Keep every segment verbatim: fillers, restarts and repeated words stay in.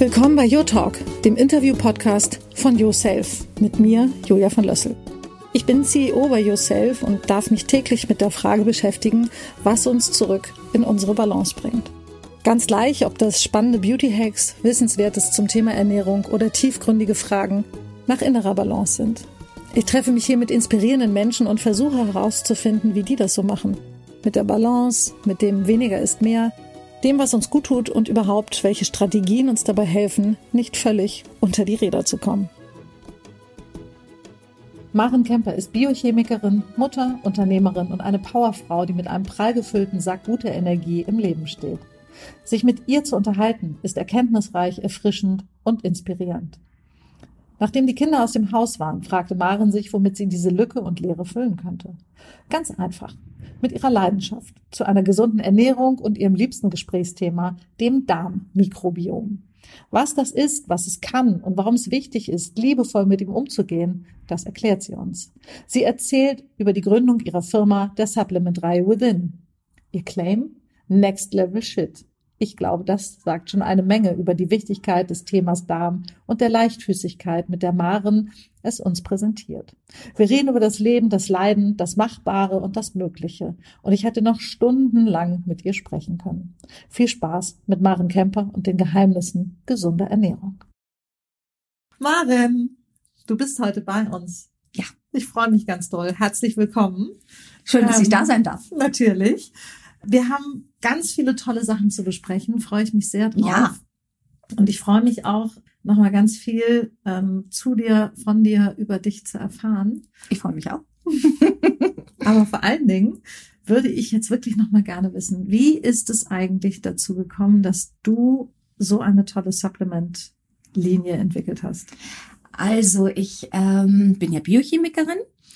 Willkommen bei YourTalk, dem Interview-Podcast von Yourself, mit mir, Julia von Lössel. Ich bin C E O bei Yourself und darf mich täglich mit der Frage beschäftigen, was uns zurück in unsere Balance bringt. Ganz gleich, ob das spannende Beauty-Hacks, Wissenswertes zum Thema Ernährung oder tiefgründige Fragen nach innerer Balance sind. Ich treffe mich hier mit inspirierenden Menschen und versuche herauszufinden, wie die das so machen. Mit der Balance, mit dem weniger ist mehr, dem, was uns gut tut und überhaupt, welche Strategien uns dabei helfen, nicht völlig unter die Räder zu kommen. Maren Kemper ist Biochemikerin, Mutter, Unternehmerin und eine Powerfrau, die mit einem prall gefüllten Sack guter Energie im Leben steht. Sich mit ihr zu unterhalten, ist erkenntnisreich, erfrischend und inspirierend. Nachdem die Kinder aus dem Haus waren, fragte Maren sich, womit sie diese Lücke und Leere füllen könnte. Ganz einfach. Mit ihrer Leidenschaft zu einer gesunden Ernährung und ihrem liebsten Gesprächsthema, dem Darmmikrobiom. Was das ist, was es kann und warum es wichtig ist, liebevoll mit ihm umzugehen, das erklärt sie uns. Sie erzählt über die Gründung ihrer Firma, der Supplement-Reihe Within. Ihr Claim? Next Level Shit. Ich glaube, das sagt schon eine Menge über die Wichtigkeit des Themas Darm und der Leichtfüßigkeit, mit der Maren es uns präsentiert. Wir reden über das Leben, das Leiden, das Machbare und das Mögliche. Und ich hätte noch stundenlang mit ihr sprechen können. Viel Spaß mit Maren Kemper und den Geheimnissen gesunder Ernährung. Maren, du bist heute bei uns. Ja. Ich freue mich ganz doll. Herzlich willkommen. Schön, dass ähm, ich da sein darf. Natürlich. Wir haben ganz viele tolle Sachen zu besprechen, freue ich mich sehr drauf. Ja. Und ich freue mich auch, nochmal ganz viel ähm, zu dir, von dir, über dich zu erfahren. Ich freue mich auch. Aber vor allen Dingen würde ich jetzt wirklich nochmal gerne wissen, wie ist es eigentlich dazu gekommen, dass du so eine tolle Supplement-Linie entwickelt hast? Also ich ähm, bin ja Biochemikerin.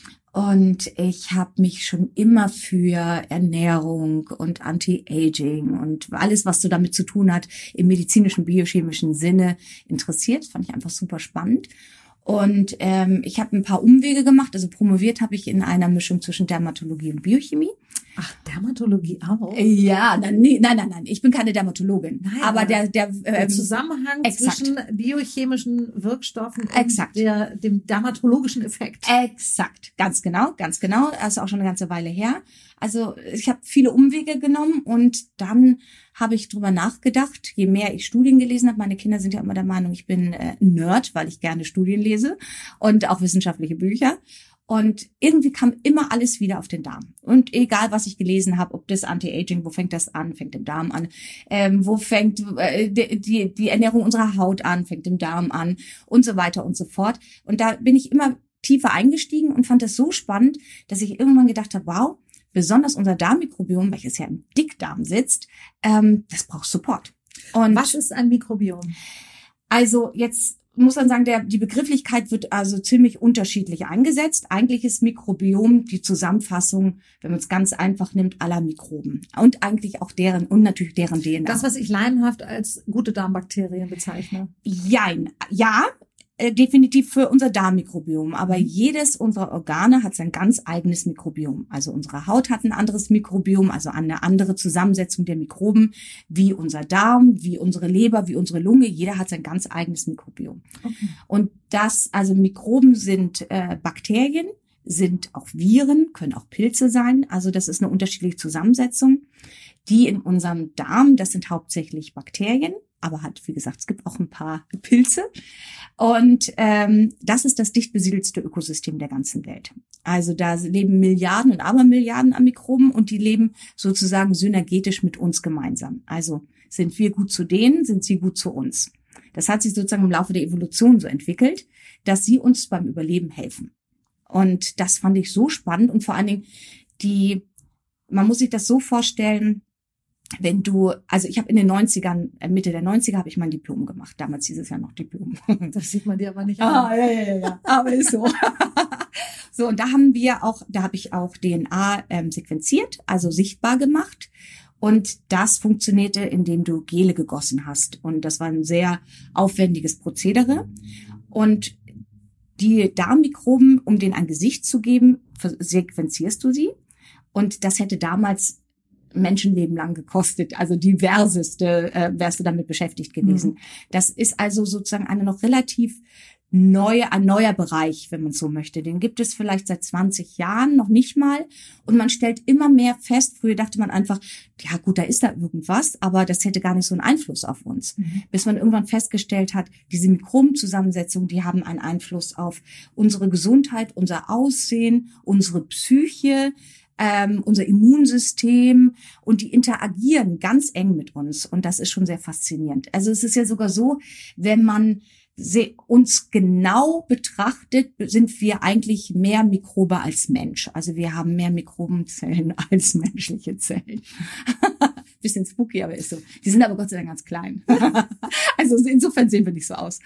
Und ich habe mich schon immer für Ernährung und Anti-Aging und alles, was so damit zu tun hat, im medizinischen, biochemischen Sinne interessiert. Das fand ich einfach super spannend. Und ähm, ich habe ein paar Umwege gemacht. Also promoviert habe ich in einer Mischung zwischen Dermatologie und Biochemie. Ach, Dermatologie auch? Ja, nein, nein, nein, nein. Ich bin keine Dermatologin. Nein, aber der, der, der ähm, Zusammenhang exakt. zwischen biochemischen Wirkstoffen und exakt. Der, dem dermatologischen Effekt. Exakt, ganz genau, ganz genau. Das ist auch schon eine ganze Weile her. Also ich habe viele Umwege genommen und dann habe ich drüber nachgedacht, je mehr ich Studien gelesen habe. Meine Kinder sind ja immer der Meinung, ich bin äh, ein Nerd, weil ich gerne Studien lese und auch wissenschaftliche Bücher. Und irgendwie kam immer alles wieder auf den Darm. Und egal, was ich gelesen habe, ob das Anti-Aging, wo fängt das an? Fängt im Darm an. Ähm, wo fängt äh, die, die Ernährung unserer Haut an? Fängt im Darm an. Und so weiter und so fort. Und da bin ich immer tiefer eingestiegen und fand das so spannend, dass ich irgendwann gedacht habe, wow, besonders unser Darmmikrobiom, welches ja im Dickdarm sitzt, ähm, das braucht Support. Und was ist ein Mikrobiom? Also jetzt muss man sagen, der, die Begrifflichkeit wird also ziemlich unterschiedlich eingesetzt. Eigentlich ist Mikrobiom die Zusammenfassung, wenn man es ganz einfach nimmt, aller Mikroben. Und eigentlich auch deren, und natürlich deren D N A. Das, was ich laienhaft als gute Darmbakterien bezeichne. Jein. Ja, äh, definitiv für unser Darmmikrobiom. Aber jedes unserer Organe hat sein ganz eigenes Mikrobiom. Also unsere Haut hat ein anderes Mikrobiom, also eine andere Zusammensetzung der Mikroben, wie unser Darm, wie unsere Leber, wie unsere Lunge. Jeder hat sein ganz eigenes Mikrobiom. Okay. Und das, also Mikroben sind äh, Bakterien, sind auch Viren, können auch Pilze sein. Also das ist eine unterschiedliche Zusammensetzung. Die in unserem Darm, das sind hauptsächlich Bakterien, aber hat, wie gesagt, es gibt auch ein paar Pilze. Und ähm, das ist das dicht besiedelste Ökosystem der ganzen Welt. Also da leben Milliarden und Abermilliarden an Mikroben und die leben sozusagen synergetisch mit uns gemeinsam. Also sind wir gut zu denen, sind sie gut zu uns. Das hat sich sozusagen im Laufe der Evolution so entwickelt, dass sie uns beim Überleben helfen. Und das fand ich so spannend und vor allen Dingen die, man muss sich das so vorstellen, wenn du, also ich habe in den neunzigern, Mitte der neunziger habe ich mein Diplom gemacht. Damals hieß es ja noch Diplom. Das sieht man dir aber nicht an. Ah, ja, ja, ja, aber ist so. So, und da haben wir auch, da habe ich auch D N A ähm, sequenziert, also sichtbar gemacht. Und das funktionierte, indem du Gele gegossen hast. Und das war ein sehr aufwendiges Prozedere. Und die Darmmikroben, um denen ein Gesicht zu geben, sequenzierst du sie. Und das hätte damals Menschenleben lang gekostet, also diverseste äh, wärst du damit beschäftigt gewesen. Mhm. Das ist also sozusagen eine noch relativ neue, ein neuer Bereich, wenn man so möchte. Den gibt es vielleicht seit zwanzig Jahren, noch nicht mal. Und man stellt immer mehr fest, früher dachte man einfach, ja gut, da ist da irgendwas, aber das hätte gar nicht so einen Einfluss auf uns. Mhm. Bis man irgendwann festgestellt hat, diese Mikrobenzusammensetzung, die haben einen Einfluss auf unsere Gesundheit, unser Aussehen, unsere Psyche, ähm, unser Immunsystem, und die interagieren ganz eng mit uns. Und das ist schon sehr faszinierend. Also es ist ja sogar so, wenn man uns genau betrachtet, sind wir eigentlich mehr Mikrobe als Mensch. Also wir haben mehr Mikrobenzellen als menschliche Zellen. Bisschen spooky, aber ist so. Die sind aber Gott sei Dank ganz klein. Also insofern sehen wir nicht so aus.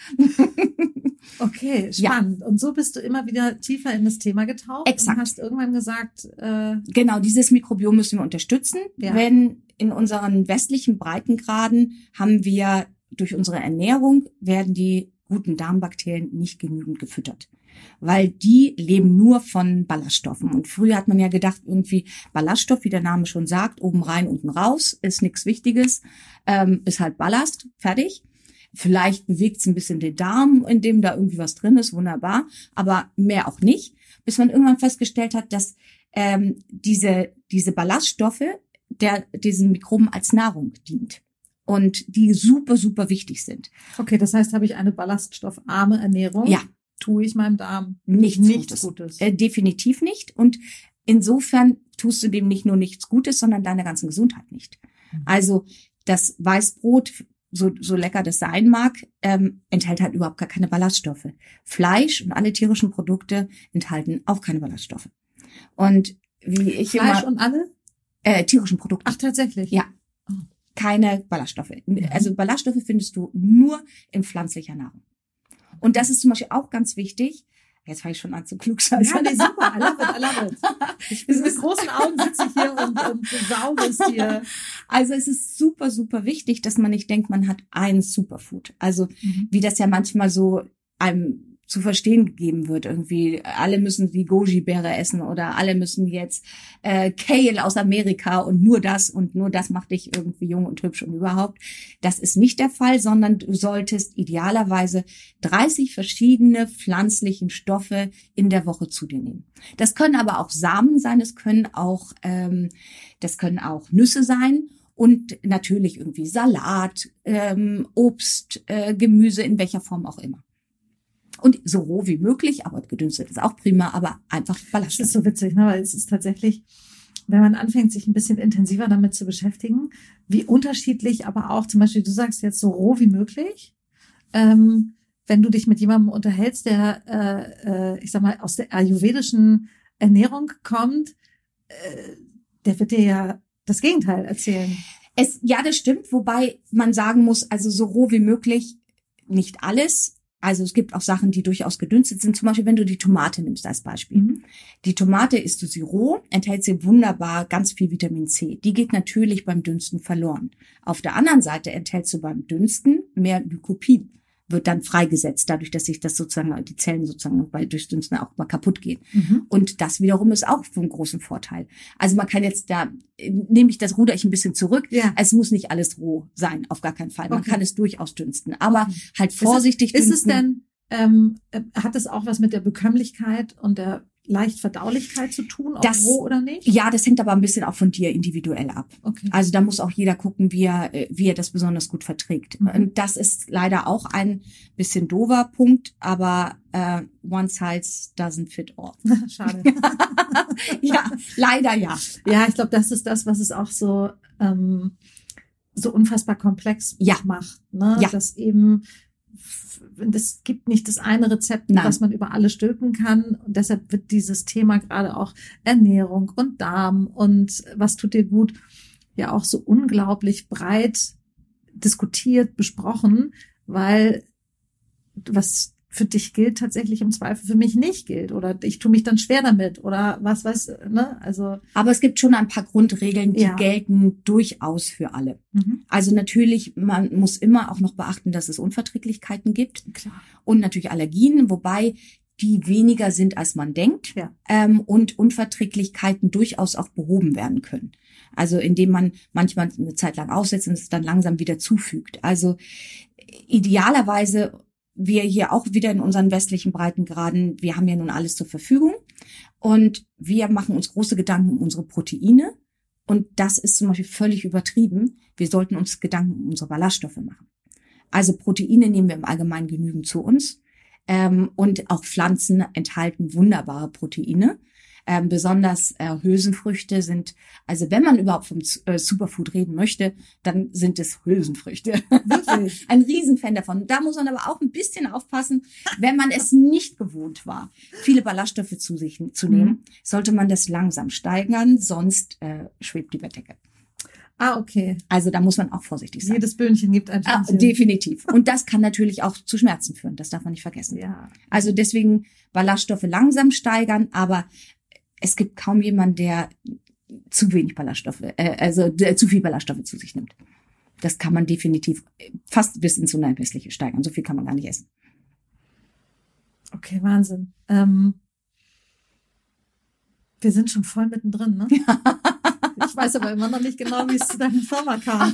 Okay, spannend. Ja. Und so bist du immer wieder tiefer in das Thema getaucht. Exakt. Und hast irgendwann gesagt, äh genau, dieses Mikrobiom müssen wir unterstützen. Ja. Wenn in unseren westlichen Breitengraden haben wir durch unsere Ernährung werden die guten Darmbakterien nicht genügend gefüttert, weil die leben nur von Ballaststoffen. Und früher hat man ja gedacht, irgendwie Ballaststoff, wie der Name schon sagt, oben rein, unten raus, ist nichts Wichtiges, ähm, ist halt Ballast, fertig. Vielleicht bewegt es ein bisschen den Darm, in dem da irgendwie was drin ist, wunderbar, aber mehr auch nicht, bis man irgendwann festgestellt hat, dass ähm, diese diese Ballaststoffe der diesen Mikroben als Nahrung dient. Und die super, super wichtig sind. Okay, das heißt, habe ich eine ballaststoffarme Ernährung? Ja. Tue ich meinem Darm nichts, nichts Gutes? Gutes. Äh, definitiv nicht. Und insofern tust du dem nicht nur nichts Gutes, sondern deiner ganzen Gesundheit nicht. Mhm. Also das Weißbrot, so, so lecker das sein mag, ähm, enthält halt überhaupt gar keine Ballaststoffe. Fleisch und alle tierischen Produkte enthalten auch keine Ballaststoffe. Und wie ich Fleisch immer, und alle? Äh, tierischen Produkte. Ach, tatsächlich? Ja. Oh. Keine Ballaststoffe. Also Ballaststoffe findest du nur in pflanzlicher Nahrung. Und das ist zum Beispiel auch ganz wichtig. Jetzt fange ich schon an zu klugscheißen. Ja, nee, super. I love it, I love it. Ich bin mit großen Augen sitze ich hier und, und sauge es dir. Also es ist super, super wichtig, dass man nicht denkt, man hat ein Superfood. Also mhm. wie das ja manchmal so einem zu verstehen gegeben wird. Irgendwie alle müssen die Goji-Beere essen oder alle müssen jetzt äh, Kale aus Amerika und nur das und nur das macht dich irgendwie jung und hübsch und überhaupt. Das ist nicht der Fall, sondern du solltest idealerweise dreißig verschiedene pflanzlichen Stoffe in der Woche zu dir nehmen. Das können aber auch Samen sein, das können auch ähm, das können auch Nüsse sein. Und natürlich irgendwie Salat, ähm, Obst, äh, Gemüse, in welcher Form auch immer. Und so roh wie möglich, aber gedünstet ist auch prima, aber einfach Ballaststoffe. Das ist so witzig, ne? Weil es ist tatsächlich, wenn man anfängt, sich ein bisschen intensiver damit zu beschäftigen, wie unterschiedlich, aber auch zum Beispiel, du sagst jetzt so roh wie möglich, ähm, wenn du dich mit jemandem unterhältst, der, äh, äh, ich sag mal, aus der ayurvedischen Ernährung kommt, äh, der wird dir ja das Gegenteil erzählen. Es, ja, das stimmt, wobei man sagen muss, also so roh wie möglich, nicht alles. Also es gibt auch Sachen, die durchaus gedünstet sind. Zum Beispiel, wenn du die Tomate nimmst als Beispiel. Mhm. Die Tomate isst du sie roh, enthält sie wunderbar ganz viel Vitamin C. Die geht natürlich beim Dünsten verloren. Auf der anderen Seite enthältst du beim Dünsten mehr Lycopin. Wird dann freigesetzt, dadurch, dass sich das sozusagen, die Zellen sozusagen bei Durchdünsten auch mal kaputt gehen. Mhm. Und das wiederum ist auch von großem Vorteil. Also man kann jetzt da, nehme ich das Ruder ich ein bisschen zurück. Ja. Es muss nicht alles roh sein, auf gar keinen Fall. Man okay. kann es durchaus dünsten, aber okay. halt vorsichtig ist es, dünsten. Ist es denn, ähm, hat es auch was mit der Bekömmlichkeit und der Leichtverdaulichkeit zu tun, ob das, roh oder nicht? Ja, das hängt aber ein bisschen auch von dir individuell ab. Okay. Also da muss auch jeder gucken, wie er, wie er das besonders gut verträgt. Mhm. Und das ist leider auch ein bisschen doofer Punkt, aber äh, one size doesn't fit all. Schade. Ja, leider ja. Ja, ich glaube, das ist das, was es auch so ähm, so unfassbar komplex ja. macht. Ne? Ja. Dass eben es gibt nicht das eine Rezept, Nein. was man über alle stülpen kann. Und deshalb wird dieses Thema gerade auch Ernährung und Darm und was tut dir gut, ja auch so unglaublich breit diskutiert, besprochen, weil was für dich gilt, tatsächlich im Zweifel für mich nicht gilt. Oder ich tue mich dann schwer damit oder was weiß, ne? Also. Aber es gibt schon ein paar Grundregeln, die ja. gelten durchaus für alle. Mhm. Also natürlich, man muss immer auch noch beachten, dass es Unverträglichkeiten gibt. Klar. Und natürlich Allergien, wobei die weniger sind, als man denkt. Ja. Ähm, und Unverträglichkeiten durchaus auch behoben werden können. Also indem man manchmal eine Zeit lang aussetzt und es dann langsam wieder zufügt. Also idealerweise, wir hier auch wieder in unseren westlichen Breitengraden, wir haben ja nun alles zur Verfügung und wir machen uns große Gedanken um unsere Proteine und das ist zum Beispiel völlig übertrieben. Wir sollten uns Gedanken um unsere Ballaststoffe machen. Also Proteine nehmen wir im Allgemeinen genügend zu uns ähm, und auch Pflanzen enthalten wunderbare Proteine. Ähm, besonders äh, Hülsenfrüchte sind, also wenn man überhaupt vom äh, Superfood reden möchte, dann sind es Hülsenfrüchte. Wirklich? Ein Riesenfan davon. Da muss man aber auch ein bisschen aufpassen, wenn man es nicht gewohnt war, viele Ballaststoffe zu sich zu nehmen, mhm. sollte man das langsam steigern, sonst äh, schwebt die Bettdecke. Ah, okay. Also da muss man auch vorsichtig sein. Jedes Böhnchen gibt ein ah, Definitiv. Und das kann natürlich auch zu Schmerzen führen. Das darf man nicht vergessen. Ja. Also deswegen Ballaststoffe langsam steigern, aber es gibt kaum jemanden, der zu wenig Ballaststoffe, äh, also der zu viel Ballaststoffe zu sich nimmt. Das kann man definitiv fast bis ins Unermessliche steigern. So viel kann man gar nicht essen. Okay, Wahnsinn. Ähm, wir sind schon voll mittendrin, ne? Ich weiß aber immer noch nicht genau, wie es zu deiner Firma kam.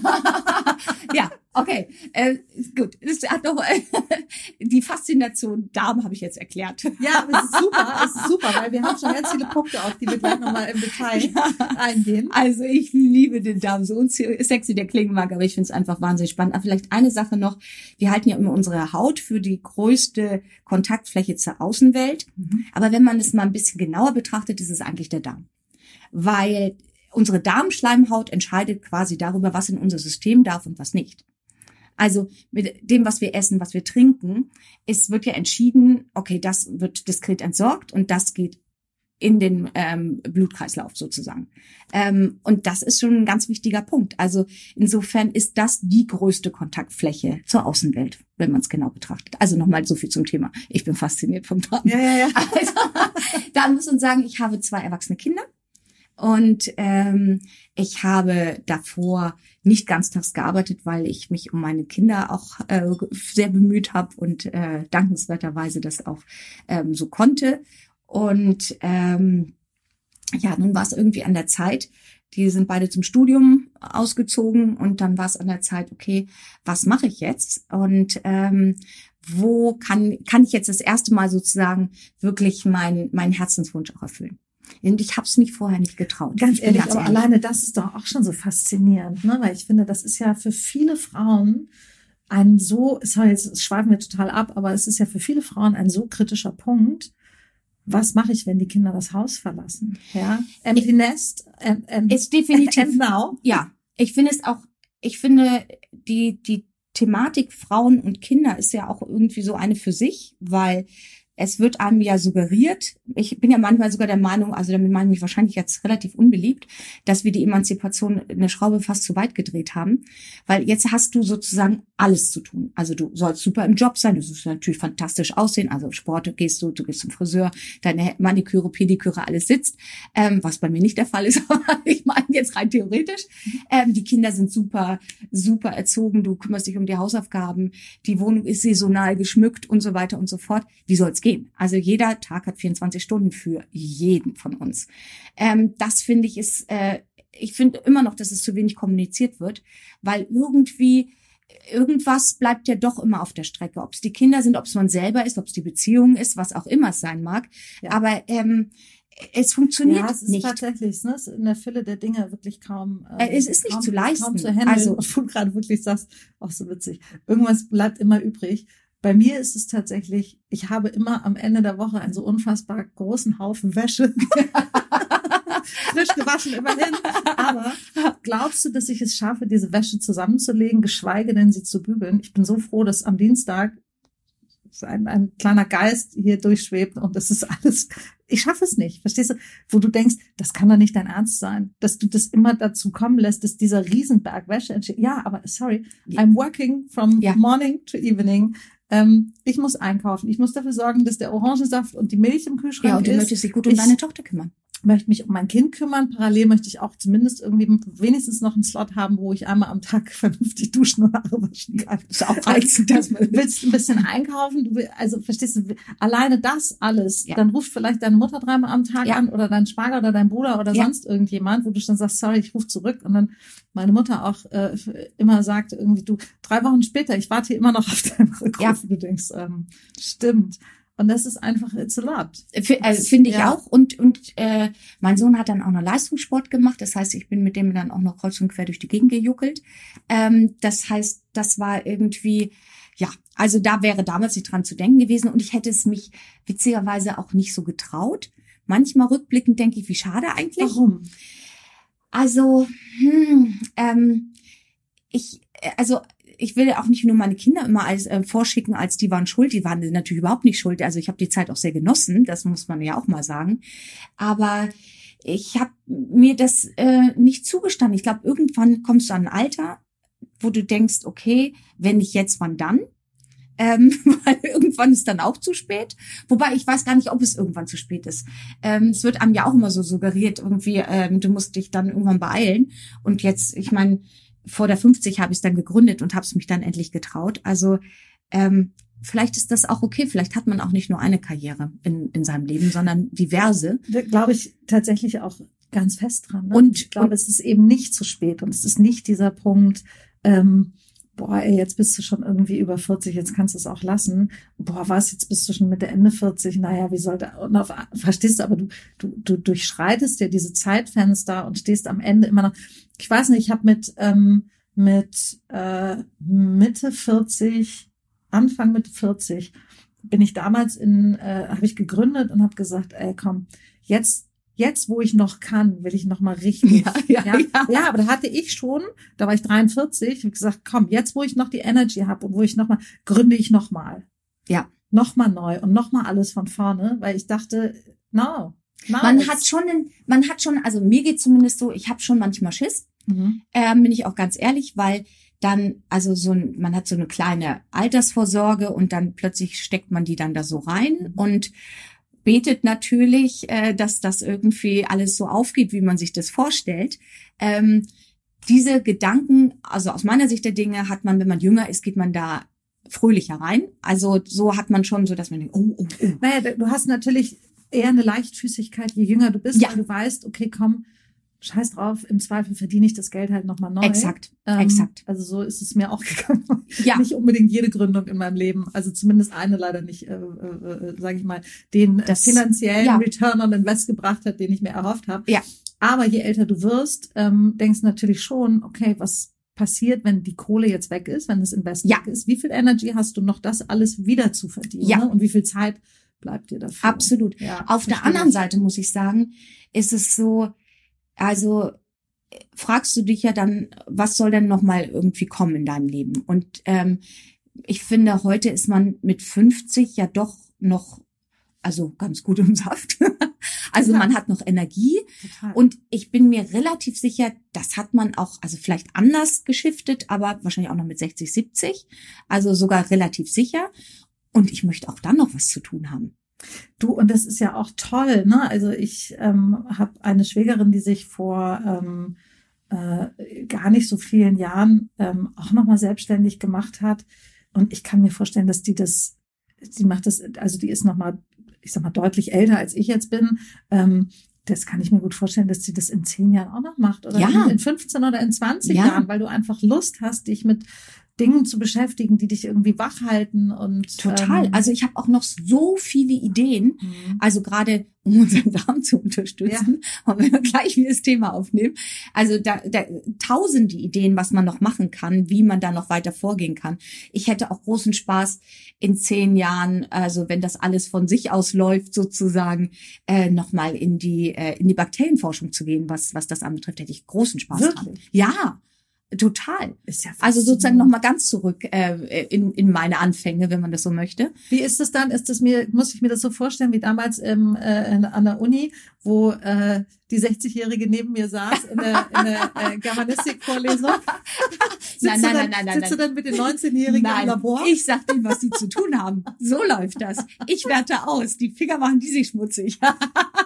Ja, okay, äh, gut. Es hat doch äh, die Faszination Darm habe ich jetzt erklärt. Ja, aber es ist super, es ist super, weil wir haben schon ganz viele Punkte, auf die wir gleich nochmal im Detail ja. eingehen. Also ich liebe den Darm, so sexy der klingen mag, aber ich finde es einfach wahnsinnig spannend. Aber vielleicht eine Sache noch, wir halten ja immer unsere Haut für die größte Kontaktfläche zur Außenwelt. Mhm. Aber wenn man es mal ein bisschen genauer betrachtet, ist es eigentlich der Darm. Weil unsere Darmschleimhaut entscheidet quasi darüber, was in unser System darf und was nicht. Also mit dem, was wir essen, was wir trinken, es wird ja entschieden, okay, das wird diskret entsorgt und das geht in den ähm, Blutkreislauf sozusagen. Ähm, und das ist schon ein ganz wichtiger Punkt. Also insofern ist das die größte Kontaktfläche zur Außenwelt, wenn man es genau betrachtet. Also nochmal so viel zum Thema. Ich bin fasziniert vom Darm. Ja, ja, ja. Also, da muss man sagen, ich habe zwei erwachsene Kinder. Und ähm, ich habe davor nicht ganztags gearbeitet, weil ich mich um meine Kinder auch äh, sehr bemüht habe und äh, dankenswerterweise das auch ähm, so konnte. Und ähm, ja, nun war es irgendwie an der Zeit. Die sind beide zum Studium ausgezogen und dann war es an der Zeit, okay, was mache ich jetzt? Und ähm, wo kann kann ich jetzt das erste Mal sozusagen wirklich mein mein Herzenswunsch auch erfüllen? Und ich habe es mich vorher nicht getraut. Ganz ehrlich, ganz aber ehrlich. Alleine das ist doch auch schon so faszinierend, ne? Weil ich finde, das ist ja für viele Frauen ein so, sorry, jetzt schweifen wir total ab, aber es ist ja für viele Frauen ein so kritischer Punkt. Was mache ich, wenn die Kinder das Haus verlassen? Ja, Empty Nest and, and, ist definitiv and now. Ja, ich finde es auch. Ich finde die die Thematik Frauen und Kinder ist ja auch irgendwie so eine für sich, weil es wird einem ja suggeriert, ich bin ja manchmal sogar der Meinung, also damit meine ich mich wahrscheinlich jetzt relativ unbeliebt, dass wir die Emanzipation eine Schraube fast zu weit gedreht haben, weil jetzt hast du sozusagen alles zu tun. Also du sollst super im Job sein, du sollst natürlich fantastisch aussehen, also Sport gehst du, du gehst zum Friseur, deine Maniküre, Pediküre, alles sitzt, ähm, was bei mir nicht der Fall ist, aber ich meine jetzt rein theoretisch. Ähm, die Kinder sind super, super erzogen, du kümmerst dich um die Hausaufgaben, die Wohnung ist saisonal geschmückt und so weiter und so fort. Wie soll's gehen? Also jeder Tag hat vierundzwanzig Stunden für jeden von uns. Ähm, das finde ich ist, äh, ich finde immer noch, dass es zu wenig kommuniziert wird, weil irgendwie irgendwas bleibt ja doch immer auf der Strecke. Ob es die Kinder sind, ob es man selber ist, ob es die Beziehung ist, was auch immer es sein mag. Ja. Aber ähm, es funktioniert nicht. Ja, es ist nicht. Tatsächlich, ne? Es ist in der Fülle der Dinge wirklich kaum. Ähm, es ist nicht kaum, zu leisten. Kaum zu handeln. Also, was du gerade wirklich sagst, auch so witzig. Irgendwas bleibt immer übrig. Bei mir ist es tatsächlich, ich habe immer am Ende der Woche einen so unfassbar großen Haufen Wäsche. Frisch gewaschen immerhin. Aber glaubst du, dass ich es schaffe, diese Wäsche zusammenzulegen, geschweige denn sie zu bügeln? Ich bin so froh, dass am Dienstag ein, ein kleiner Geist hier durchschwebt und das ist alles, ich schaffe es nicht, verstehst du? Wo du denkst, das kann doch nicht dein Ernst sein, dass du das immer dazu kommen lässt, dass dieser Riesenberg Wäsche entsteht. Ja, aber sorry, I'm working from ja. morning to evening. Ähm, ich muss einkaufen. Ich muss dafür sorgen, dass der Orangensaft und die Milch im Kühlschrank ist. Ja, und du ist. möchtest dich gut um ich, deine Tochter kümmern. möchte mich um mein Kind kümmern. Parallel möchte ich auch zumindest irgendwie wenigstens noch einen Slot haben, wo ich einmal am Tag vernünftig duschen und Haare waschen kann. Das ist auch reizend, dass man willst ein bisschen einkaufen, du will, also verstehst du, alleine das alles, ja. dann ruft vielleicht deine Mutter dreimal am Tag ja. an oder dein Schwager oder dein Bruder oder ja. sonst irgendjemand, wo du schon sagst, sorry, ich rufe zurück, und dann meine Mutter auch äh, immer sagt irgendwie, du, drei Wochen später, ich warte hier immer noch auf deinen Rückruf. Ja. Du denkst, ähm, stimmt. Und das ist einfach, it's a lot. F- also finde ich ja. auch. Und und äh, mein Sohn hat dann auch noch Leistungssport gemacht. Das heißt, ich bin mit dem dann auch noch kreuz und quer durch die Gegend gejuckelt. Ähm, das heißt, das war irgendwie, ja, also da wäre damals nicht dran zu denken gewesen. Und ich hätte es mich witzigerweise auch nicht so getraut. Manchmal rückblickend denke ich, wie schade eigentlich. Warum? Also, hm, ähm, ich, also ich will auch nicht nur meine Kinder immer als äh, vorschicken, als die waren schuld. Die waren natürlich überhaupt nicht schuld. Also ich habe die Zeit auch sehr genossen, das muss man ja auch mal sagen. Aber ich habe mir das äh, nicht zugestanden. Ich glaube, irgendwann kommst du an ein Alter, wo du denkst, okay, wenn nicht jetzt, wann dann? Ähm, weil irgendwann ist dann auch zu spät. Wobei ich weiß gar nicht, ob es irgendwann zu spät ist. Ähm, es wird einem ja auch immer so suggeriert, irgendwie, ähm, du musst dich dann irgendwann beeilen. Und jetzt, ich meine, vor der fünfzig habe ich es dann gegründet und habe es mich dann endlich getraut. Also ähm, vielleicht ist das auch okay. Vielleicht hat man auch nicht nur eine Karriere in, in seinem Leben, sondern diverse. Da glaube ich tatsächlich auch ganz fest dran. Ne? Und ich glaube, und, es ist eben nicht zu spät und es ist nicht dieser Punkt, ähm, boah, ey, jetzt bist du schon irgendwie über vierzig, jetzt kannst du es auch lassen. Boah, was, jetzt bist du schon Mitte, Ende vierzig, naja, wie soll da, und auf, verstehst du, aber du, du, du durchschreitest ja diese Zeitfenster und stehst am Ende immer noch, ich weiß nicht, ich habe mit, ähm, mit äh, Mitte vierzig, Anfang Mitte vierzig, bin ich damals in, äh, habe ich gegründet und habe gesagt, ey, komm, jetzt, Jetzt, wo ich noch kann, will ich noch mal richtig. Ja, ja, ja, ja. ja, aber da hatte ich schon, da war ich dreiundvierzig, habe gesagt, komm, jetzt, wo ich noch die Energy habe und wo ich noch mal, gründe ich noch mal. Ja. Noch mal neu und noch mal alles von vorne, weil ich dachte, no. no man hat schon, einen, man hat schon, also mir geht zumindest so, ich habe schon manchmal Schiss, mhm. ähm, bin ich auch ganz ehrlich, weil dann, also so ein, man hat so eine kleine Altersvorsorge und dann plötzlich steckt man die dann da so rein und betet natürlich, äh, dass das irgendwie alles so aufgeht, wie man sich das vorstellt. Ähm, diese Gedanken, also aus meiner Sicht der Dinge, hat man, wenn man jünger ist, geht man da fröhlicher rein. Also so hat man schon so, dass man denkt, oh, oh, oh. Naja, du hast natürlich eher eine Leichtfüßigkeit, je jünger du bist, ja. weil du weißt, okay, komm, scheiß drauf, im Zweifel verdiene ich das Geld halt nochmal neu. Exakt, ähm, exakt. Also so ist es mir auch gegangen. Ja. Nicht unbedingt jede Gründung in meinem Leben, also zumindest eine leider nicht, äh, äh, sage ich mal, den das, finanziellen ja. Return on Invest gebracht hat, den ich mir erhofft habe. Ja. Aber je älter du wirst, ähm, denkst du natürlich schon, okay, was passiert, wenn die Kohle jetzt weg ist, wenn das Invest ja. weg ist? Wie viel Energy hast du noch, das alles wieder zu verdienen? Ja. Ne? Und wie viel Zeit bleibt dir dafür? Absolut. Ja, Auf der anderen Seite muss ich sagen, ist es so, also fragst du dich ja dann, was soll denn noch mal irgendwie kommen in deinem Leben? Und ähm, ich finde, heute ist man mit fünfzig ja doch noch, also ganz gut im Saft. Also Total. man hat noch Energie. Total. Und ich bin mir relativ sicher, das hat man auch, also vielleicht anders geschiftet, aber wahrscheinlich auch noch mit sechzig, siebzig. Also sogar relativ sicher. Und ich möchte auch dann noch was zu tun haben. Du, und das ist ja auch toll, ne? Also ich ähm, habe eine Schwägerin, die sich vor ähm, äh, gar nicht so vielen Jahren ähm, auch nochmal selbstständig gemacht hat. Und ich kann mir vorstellen, dass die das, die macht das, also die ist nochmal, ich sag mal, deutlich älter als ich jetzt bin. Ähm, das kann ich mir gut vorstellen, dass die das in zehn Jahren auch noch macht. Oder ja. in, in fünfzehn oder in zwanzig ja. Jahren, weil du einfach Lust hast, dich mit Dingen zu beschäftigen, die dich irgendwie wach halten und total. Ähm, also ich habe auch noch so viele Ideen. Mhm. Also gerade um unseren Darm zu unterstützen, ja. Und wenn wir gleich wieder das Thema aufnehmen. Also da, da tausende Ideen, was man noch machen kann, wie man da noch weiter vorgehen kann. Ich hätte auch großen Spaß in zehn Jahren, also wenn das alles von sich aus läuft sozusagen, äh, nochmal in die äh, in die Bakterienforschung zu gehen, was was das anbetrifft, hätte ich großen Spaß Wirklich? dran. Ja. Total. Ist ja also sozusagen nochmal ganz zurück äh, in, in meine Anfänge, wenn man das so möchte. Wie ist es dann? Ist das mir, muss ich mir das so vorstellen, wie damals ähm, äh, an der Uni, wo äh, die sechzigjährige neben mir saß in der, in der äh, Germanistik-Vorlesung? Nein, nein, dann, nein, nein, nein. Sitzt du dann mit den neunzehnjährigen nein, im Labor? Ich sag denen, was die zu tun haben. So läuft das. Ich werte aus. Die Finger machen die sich schmutzig.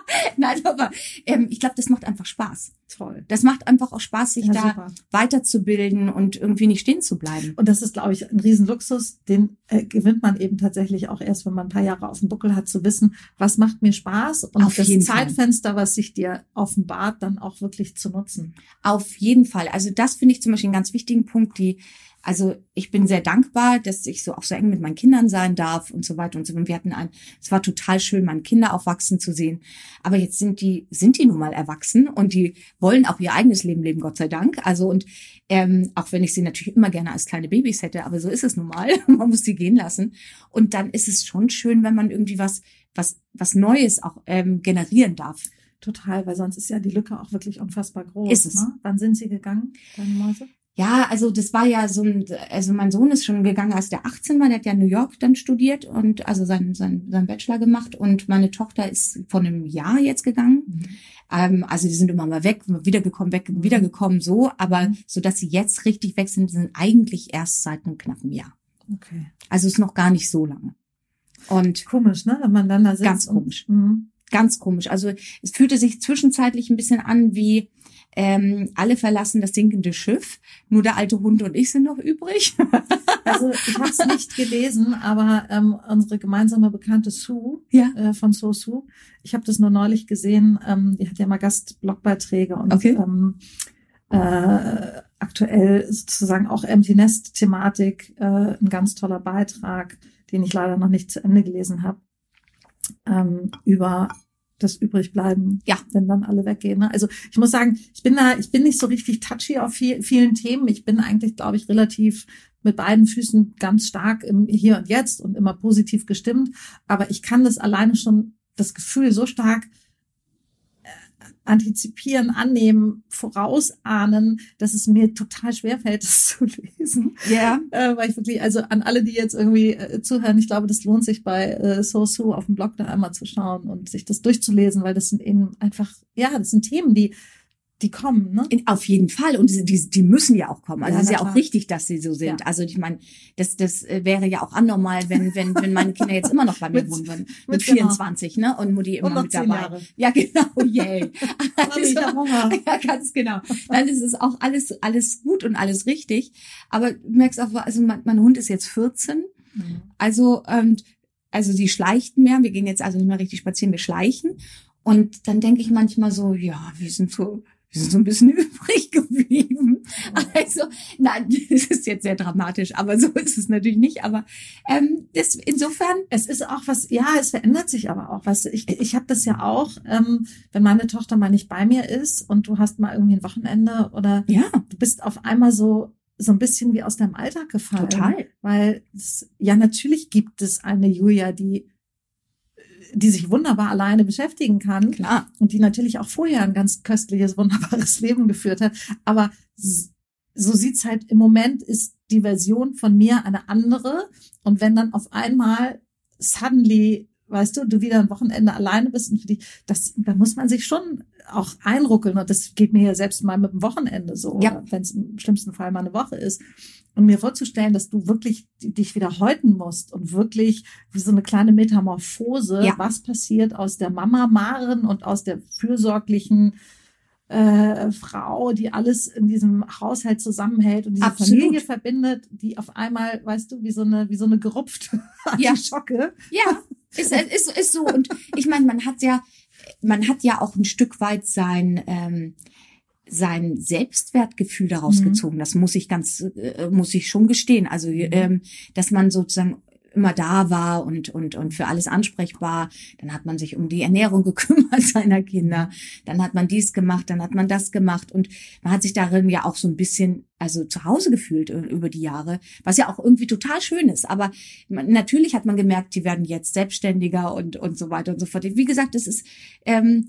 Nein, aber ähm, ich glaube, das macht einfach Spaß. Toll. Das macht einfach auch Spaß, sich Ja, da super. weiterzubilden und irgendwie nicht stehen zu bleiben. Und das ist, glaube ich, ein Riesenluxus, den äh, gewinnt man eben tatsächlich auch erst, wenn man ein paar Jahre auf dem Buckel hat, zu wissen, was macht mir Spaß und Auf das jeden Zeitfenster, was sich dir offenbart, dann auch wirklich zu nutzen. Auf jeden Fall. Also das finde ich zum Beispiel einen ganz wichtigen Punkt, die Also ich bin sehr dankbar, dass ich so auch so eng mit meinen Kindern sein darf und so weiter und so. Und wir hatten ein, es war total schön, meine Kinder aufwachsen zu sehen. Aber jetzt sind die, sind die nun mal erwachsen und die wollen auch ihr eigenes Leben leben, Gott sei Dank. Also und ähm, auch wenn ich sie natürlich immer gerne als kleine Babys hätte, aber so ist es nun mal. Man muss sie gehen lassen. Und dann ist es schon schön, wenn man irgendwie was, was, was Neues auch ähm, generieren darf. Total, weil sonst ist ja die Lücke auch wirklich unfassbar groß. Ist es. Ne? Wann sind Sie gegangen, deine Mäuse? Ja, also das war ja so ein, also mein Sohn ist schon gegangen, als der achtzehn war, der hat ja in New York dann studiert und also seinen sein, sein Bachelor gemacht und meine Tochter ist vor einem Jahr jetzt gegangen. Mhm. Ähm, also die sind immer mal weg, wiedergekommen, weg, mhm. wiedergekommen, so, aber so, dass sie jetzt richtig weg sind, sind eigentlich erst seit einem knappen Jahr. Okay. Also ist noch gar nicht so lange. Und komisch, ne, wenn man dann da sitzt. Ganz komisch. Und, ganz komisch. Also es fühlte sich zwischenzeitlich ein bisschen an wie ähm, alle verlassen das sinkende Schiff, nur der alte Hund und ich sind noch übrig. Also ich habe es nicht gelesen, aber ähm, unsere gemeinsame Bekannte Sue ja. äh, von So Sue, ich habe das nur neulich gesehen, ähm, die hat ja mal Gastblogbeiträge und okay. ähm, äh, aktuell sozusagen auch Empty Nest Thematik, äh, ein ganz toller Beitrag, den ich leider noch nicht zu Ende gelesen habe, ähm, über das Übrigbleiben, ja, wenn dann alle weggehen. Ne? Also ich muss sagen, ich bin da, ich bin nicht so richtig touchy auf viel, vielen Themen. Ich bin eigentlich, glaube ich, relativ mit beiden Füßen ganz stark im Hier und Jetzt und immer positiv gestimmt. Aber ich kann das alleine schon, das Gefühl so stark antizipieren, annehmen, vorausahnen, dass es mir total schwerfällt, das zu lesen. Ja. Äh, weil ich wirklich, also an alle, die jetzt irgendwie äh, zuhören, ich glaube, das lohnt sich bei äh, So Sue auf dem Blog da einmal zu schauen und sich das durchzulesen, weil das sind eben einfach, ja, das sind Themen, die die kommen, ne? In, auf jeden Fall. Und die, die, die müssen ja auch kommen. Also ja, es ist ja klar. auch richtig, dass sie so sind. Ja. Also ich meine, das, das wäre ja auch anormal, wenn, wenn, wenn meine Kinder jetzt immer noch bei mir mit, wohnen würden. Mit, mit vierundzwanzig, genau. Ne? Und Mutti immer und mit dabei. Jahre. Ja, genau, yay. Also, ja, ganz genau. Dann ist es auch alles, alles gut und alles richtig. Aber du merkst auch, also mein, mein Hund ist jetzt vierzehn. Mhm. Also, ähm, also sie schleicht mehr. Wir gehen jetzt also nicht mehr richtig spazieren, wir schleichen. Und dann denke ich manchmal so, ja, wir sind so, wir sind so ein bisschen übrig geblieben. Also, nein, das ist jetzt sehr dramatisch, aber so ist es natürlich nicht. Aber ähm, das, insofern. Es ist auch was, ja, es verändert sich aber auch was. Ich, ich habe das ja auch, ähm, wenn meine Tochter mal nicht bei mir ist und du hast mal irgendwie ein Wochenende oder ja. du bist auf einmal so so ein bisschen wie aus deinem Alltag gefallen. Total. Weil es, ja, natürlich gibt es eine Julia, die die sich wunderbar alleine beschäftigen kann. Klar. Und die natürlich auch vorher ein ganz köstliches, wunderbares Leben geführt hat. Aber so sieht's halt im Moment, ist die Version von mir eine andere. Und wenn dann auf einmal suddenly, weißt du, du wieder ein Wochenende alleine bist und für dich, das, da muss man sich schon auch einruckeln. Und das geht mir ja selbst mal mit dem Wochenende so, ja. wenn es im schlimmsten Fall mal eine Woche ist. Und mir vorzustellen, dass du wirklich dich wieder häuten musst und wirklich wie so eine kleine Metamorphose, ja. was passiert aus der Mama Maren und aus der fürsorglichen äh, Frau, die alles in diesem Haushalt zusammenhält und diese Absolut. Familie verbindet, die auf einmal, weißt du, wie so eine wie so eine gerupfte ja. Artischocke. Ja, ist, ist, ist so. Und ich meine, man hat ja, man hat ja auch ein Stück weit sein ähm, sein Selbstwertgefühl daraus mhm. gezogen. Das muss ich ganz, äh, muss ich schon gestehen. Also, mhm. ähm, dass man sozusagen immer da war und und und für alles ansprechbar. Dann hat man sich um die Ernährung gekümmert seiner Kinder. Dann hat man dies gemacht, dann hat man das gemacht und man hat sich darin ja auch so ein bisschen also zu Hause gefühlt über die Jahre, was ja auch irgendwie total schön ist. Aber man, natürlich hat man gemerkt, die werden jetzt selbstständiger und und so weiter und so fort. Wie gesagt, es ist ähm,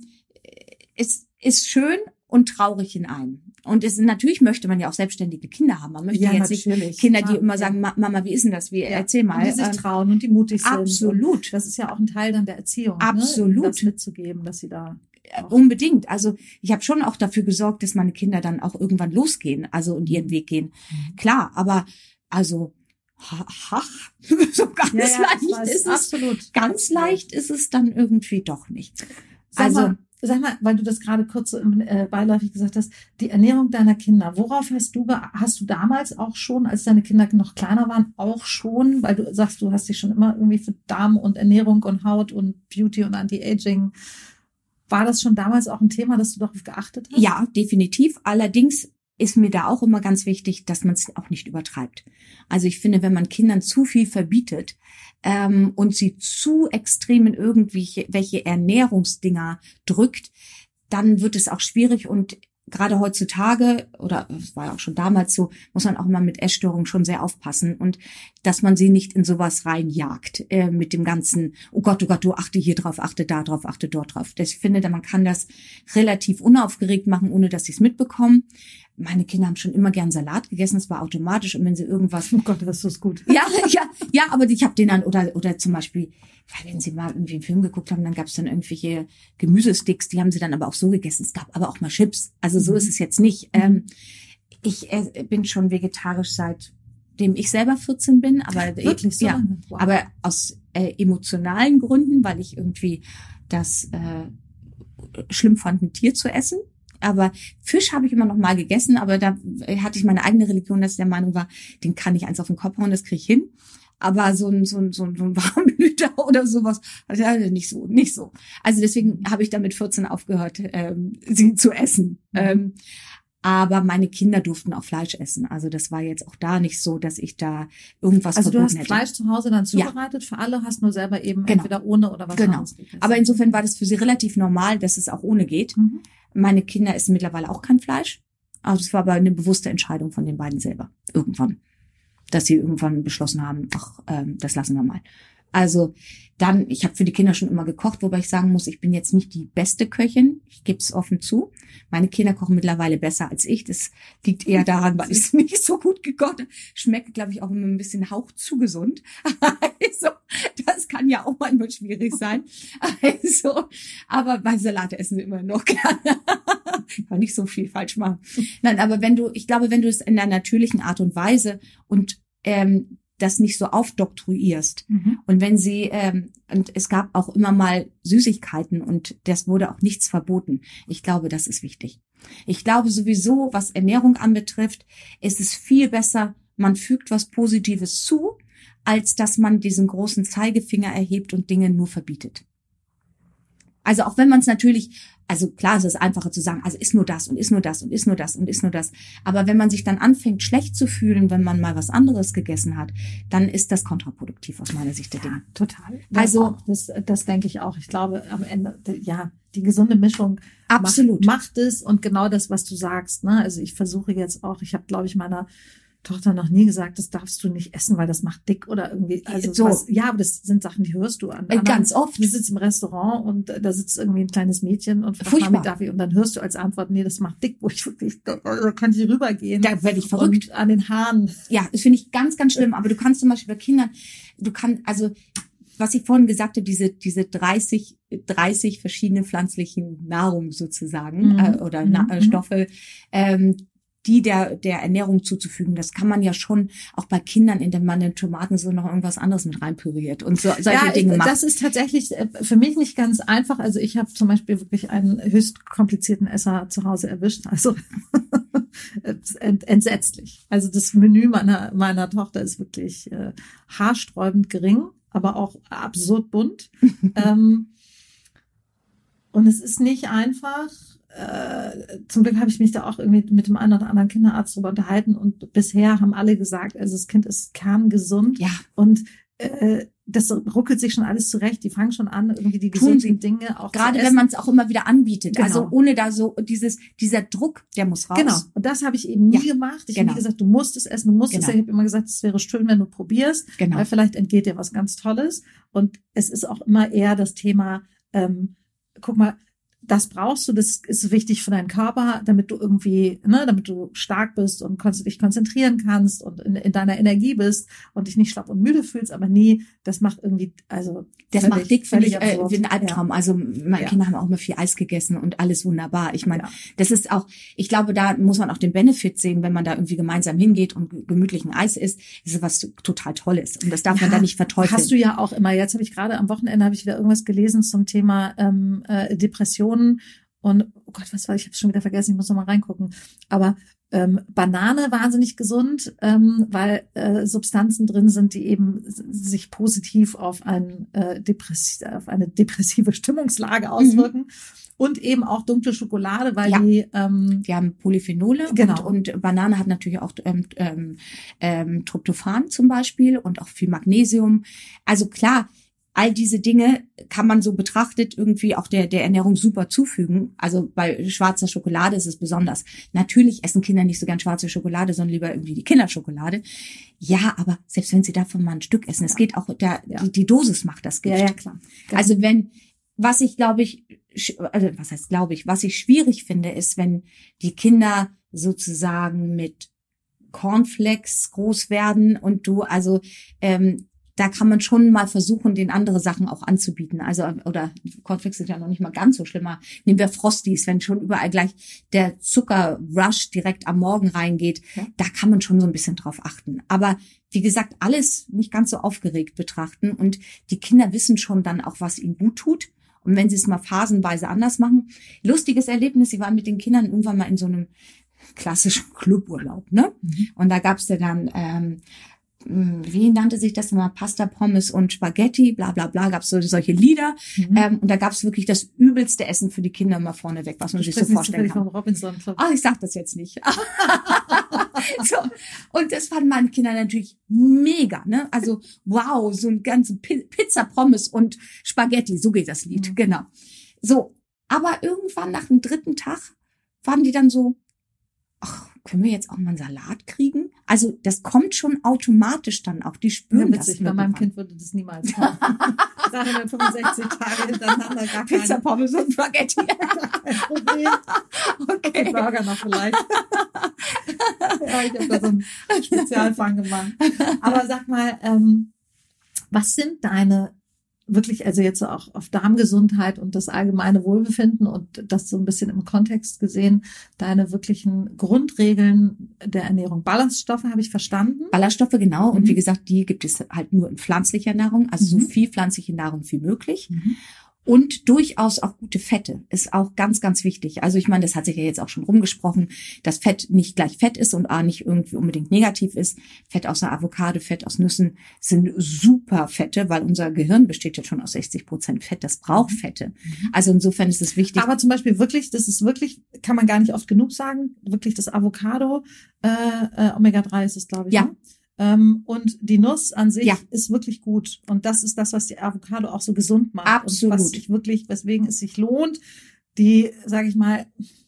es ist schön und traurig in einem. Und es, natürlich möchte man ja auch selbstständige Kinder haben. Man möchte ja, jetzt natürlich. nicht Kinder, die ja, immer ja. sagen, Mama, wie ist denn das? Wie, ja. erzähl mal. Und die sich ähm, trauen und die mutig sind. Absolut. Und das ist ja auch ein Teil dann der Erziehung. Absolut. Ne? Das mitzugeben, dass sie da auch unbedingt. Also ich habe schon auch dafür gesorgt, dass meine Kinder dann auch irgendwann losgehen, also und ihren Weg gehen. Mhm. Klar, aber also ha, so ganz ja, ja, leicht ist es. Absolut. Ganz leicht ist es dann irgendwie doch nicht. Sag Also mal, sag mal, weil du das gerade kurz äh, beiläufig gesagt hast, die Ernährung deiner Kinder, worauf hast du, hast du damals auch schon, als deine Kinder noch kleiner waren, auch schon, weil du sagst, du hast dich schon immer irgendwie für Darm und Ernährung und Haut und Beauty und Anti-Aging, war das schon damals auch ein Thema, dass du darauf geachtet hast? ja, definitiv. Allerdings ist mir da auch immer ganz wichtig, dass man es auch nicht übertreibt. Also ich finde, wenn man Kindern zu viel verbietet ähm, und sie zu extrem in irgendwelche welche Ernährungsdinger drückt, dann wird es auch schwierig. Und gerade heutzutage, oder es war ja auch schon damals so, muss man auch mal mit Essstörungen schon sehr aufpassen und dass man sie nicht in sowas reinjagt äh, mit dem ganzen, oh Gott, oh Gott, du achte hier drauf, achte da drauf, achte dort drauf. Ich finde, man kann das relativ unaufgeregt machen, ohne dass sie es mitbekommen. Meine Kinder haben schon immer gern Salat gegessen, das war automatisch. Und wenn sie irgendwas... Oh Gott, das ist gut. Ja, ja, ja, aber ich habe den dann, oder oder zum Beispiel, wenn sie mal irgendwie einen Film geguckt haben, dann gab es dann irgendwelche Gemüsesticks, die haben sie dann aber auch so gegessen. Es gab aber auch mal Chips. Also so ist es jetzt nicht. Ähm, ich äh, bin schon vegetarisch seitdem ich selber vierzehn bin, aber Wirklich so ja, lange? Wow. aber aus äh, emotionalen Gründen, weil ich irgendwie das äh, schlimm fand, ein Tier zu essen. Aber Fisch habe ich immer noch mal gegessen, aber da hatte ich meine eigene Religion, dass ich der Meinung war, den kann ich eins auf den Kopf hauen, das kriege ich hin. Aber so ein, so ein, so ein, so ein Warmblüter oder sowas, also nicht so, nicht so. Also deswegen habe ich dann mit vierzehn aufgehört, ähm, sie zu essen. Mhm. Ähm, aber meine Kinder durften auch Fleisch essen. Also das war jetzt auch da nicht so, dass ich da irgendwas also verboten du hast hätte. Fleisch zu Hause dann zubereitet, ja, für alle, hast nur selber eben genau, entweder ohne oder was genau. anderes gegessen. Aber insofern war das für sie relativ normal, dass es auch ohne geht. Mhm. Meine Kinder essen mittlerweile auch kein Fleisch. Also es war aber eine bewusste Entscheidung von den beiden selber. Irgendwann. Dass sie irgendwann beschlossen haben, ach, ähm, das lassen wir mal. Also dann, ich habe für die Kinder schon immer gekocht, wobei ich sagen muss, ich bin jetzt nicht die beste Köchin. Ich gebe es offen zu. Meine Kinder kochen mittlerweile besser als ich. Das liegt eher daran, weil ich es nicht so gut gekocht habe. Schmeckt, glaube ich, auch immer ein bisschen hauch zu gesund. Also, das kann ja auch manchmal schwierig sein. Also, aber bei Salat essen sie immer noch gerne. Kann nicht so viel falsch machen. Nein, aber wenn du, ich glaube, wenn du es in der natürlichen Art und Weise und ähm, das nicht so aufdoktroyierst. Mhm. Und wenn sie, ähm, und es gab auch immer mal Süßigkeiten und das wurde auch nichts verboten. Ich glaube, das ist wichtig. Ich glaube sowieso, was Ernährung anbetrifft, ist es viel besser, man fügt was Positives zu, als dass man diesen großen Zeigefinger erhebt und Dinge nur verbietet. Also auch wenn man es natürlich, also klar, es ist einfacher zu sagen, also ist nur das und ist nur das und ist nur das und ist nur das. Aber wenn man sich dann anfängt, schlecht zu fühlen, wenn man mal was anderes gegessen hat, dann ist das kontraproduktiv aus meiner Sicht der Dinge. Ja, total. Das also auch, das, das denke ich auch. Ich glaube, am Ende, ja, die gesunde Mischung absolut macht, macht es und genau das, was du sagst. Ne? Also ich versuche jetzt auch, ich habe, glaube ich, meiner Tochter noch nie gesagt, das darfst du nicht essen, weil das macht dick oder irgendwie. Also so. was, ja, aber das sind Sachen, die hörst du an. Anderen, ganz oft. Du sitzt im Restaurant und da sitzt irgendwie ein kleines Mädchen und fragt Mami, darf ich? Und dann hörst du als Antwort, nee, das macht dick, wo ich wirklich, da, da kann ich rübergehen. Da werde ich verrückt. Und an den Haaren. Ja, das finde ich ganz, ganz schlimm. Aber du kannst zum Beispiel bei Kindern, du kannst, also was ich vorhin gesagt habe, diese diese dreißig dreißig verschiedene pflanzlichen Nahrung sozusagen mhm. äh, oder mhm. Na, äh, Stoffe, ähm, die der der Ernährung zuzufügen. Das kann man ja schon auch bei Kindern, indem man in Tomaten so noch irgendwas anderes mit reinpüriert und so solche ja, Dinge macht. Das ist tatsächlich für mich nicht ganz einfach. Also ich habe zum Beispiel wirklich einen höchst komplizierten Esser zu Hause erwischt. Also entsetzlich. Also das Menü meiner meiner Tochter ist wirklich äh, haarsträubend gering, aber auch absurd bunt. ähm, und es ist nicht einfach. Äh, zum Glück habe ich mich da auch irgendwie mit dem einen oder anderen Kinderarzt drüber unterhalten und bisher haben alle gesagt, also das Kind ist kerngesund ja. und äh, das ruckelt sich schon alles zurecht. Die fangen schon an, irgendwie die gesunden Dinge auch gerade zu essen. wenn man es auch immer wieder anbietet. Genau. Also ohne da so dieses dieser Druck, der muss raus. Genau. Und das habe ich eben nie ja. gemacht. Ich genau. habe nie gesagt, du musst es essen, du musst genau. es. Ich habe immer gesagt, es wäre schön, wenn du probierst, genau. weil vielleicht entgeht dir was ganz Tolles. Und es ist auch immer eher das Thema, ähm, guck mal, das brauchst du, das ist wichtig für deinen Körper, damit du irgendwie, ne, damit du stark bist und kon- dich konzentrieren kannst und in, in deiner Energie bist und dich nicht schlapp und müde fühlst, aber nee, das macht irgendwie, also das völlig, macht dick, finde ich, äh, absurd. wie ein Albtraum. Ja. Also meine Ja. Kinder haben auch mal viel Eis gegessen und alles wunderbar. Ich meine, Ja. das ist auch, ich glaube, da muss man auch den Benefit sehen, wenn man da irgendwie gemeinsam hingeht und ge- gemütlich ein Eis isst. Das ist was total Tolles und das darf Ja, man da nicht verteufeln. hast du ja auch immer. Jetzt habe ich gerade am Wochenende habe ich wieder irgendwas gelesen zum Thema ähm, äh, Depressionen und oh Gott, was war ich? Ich habe schon wieder vergessen. Ich muss noch mal reingucken. Aber ähm, Banane wahnsinnig gesund, ähm, weil äh, Substanzen drin sind, die eben s- sich positiv auf ein äh, Depress auf eine depressive Stimmungslage auswirken. Mhm. Und eben auch dunkle Schokolade, weil Ja. die ähm, Wir haben Polyphenole Genau. und, und Banane hat natürlich auch ähm, ähm, ähm, Tryptophan zum Beispiel und auch viel Magnesium. Also klar, all diese Dinge kann man so betrachtet irgendwie auch der, der Ernährung super zufügen. Also bei schwarzer Schokolade ist es besonders. Natürlich essen Kinder nicht so gern schwarze Schokolade, sondern lieber irgendwie die Kinderschokolade. Ja, aber selbst wenn sie davon mal ein Stück essen, es Ja. geht auch, der, Ja. die, die Dosis macht das Gift. ja, ja, klar. Also wenn, was ich glaube ich, sch- also was heißt glaube ich, was ich schwierig finde, ist, wenn die Kinder sozusagen mit Cornflakes groß werden und du, also ähm, da kann man schon mal versuchen, den andere Sachen auch anzubieten. Also, oder Cornflakes sind ja noch nicht mal ganz so schlimmer. Nehmen wir Frosties, wenn schon überall gleich der Zuckerrush direkt am Morgen reingeht, Ja. da kann man schon so ein bisschen drauf achten. Aber wie gesagt, alles nicht ganz so aufgeregt betrachten und die Kinder wissen schon dann auch, was ihnen gut tut. Und wenn sie es mal phasenweise anders machen. Lustiges Erlebnis, ich war mit den Kindern irgendwann mal in so einem klassischen Cluburlaub, ne? Mhm. Und da gab's ja dann, ähm, wie nannte sich das nochmal, Pasta, Pommes und Spaghetti, bla bla bla, gab's so, solche Lieder. Mhm. Ähm, und da gab's wirklich das übelste Essen für die Kinder mal vorneweg, was man Du sich so sprichst nicht vorstellen zufällig kann. vom Robinson Club. Ah, ich sag das jetzt nicht. So. Und das fanden meine Kinder natürlich mega, ne? Also, wow, so ein ganze Pi- Pizza, Pommes und Spaghetti, so geht das Lied, Mhm. genau. So. Aber irgendwann nach dem dritten Tag waren die dann so, ach, können wir jetzt auch mal einen Salat kriegen? Also, das kommt schon automatisch dann auch. Die Ja, spüren witzig, das. bei meinem irgendwann. Kind würde das niemals kommen. dreihundertfünfundsechzig Tage hintereinander, gar kein, Pizza, Pommes und Spaghetti. kein Problem. Okay. Die Burger noch vielleicht. Ja, ich habe da so einen Spezialfang gemacht. Aber sag mal, ähm, was sind deine wirklich, also jetzt so auch auf Darmgesundheit und das allgemeine Wohlbefinden und das so ein bisschen im Kontext gesehen, deine wirklichen Grundregeln der Ernährung? Ballaststoffe habe ich verstanden. Ballaststoffe, genau. Und Mhm. wie gesagt, die gibt es halt nur in pflanzlicher Nahrung, also Mhm. so viel pflanzliche Nahrung wie möglich. Mhm. Und durchaus auch gute Fette ist auch ganz, ganz wichtig. Also ich meine, das hat sich ja jetzt auch schon rumgesprochen, dass Fett nicht gleich Fett ist und A nicht irgendwie unbedingt negativ ist. Fett aus der Avocado, Fett aus Nüssen sind super Fette, weil unser Gehirn besteht ja schon aus sechzig Prozent Fett. Das braucht Fette. Also insofern ist es wichtig. Aber zum Beispiel wirklich, das ist wirklich, kann man gar nicht oft genug sagen, wirklich das Avocado, äh, äh, Omega drei ist es, glaube ich. Ja. Ne? Ähm, und die Nuss an sich Ja. ist wirklich gut. Und das ist das, was die Avocado auch so gesund macht. Absolut. Und was sich wirklich, weswegen es sich lohnt, die, sage ich mal,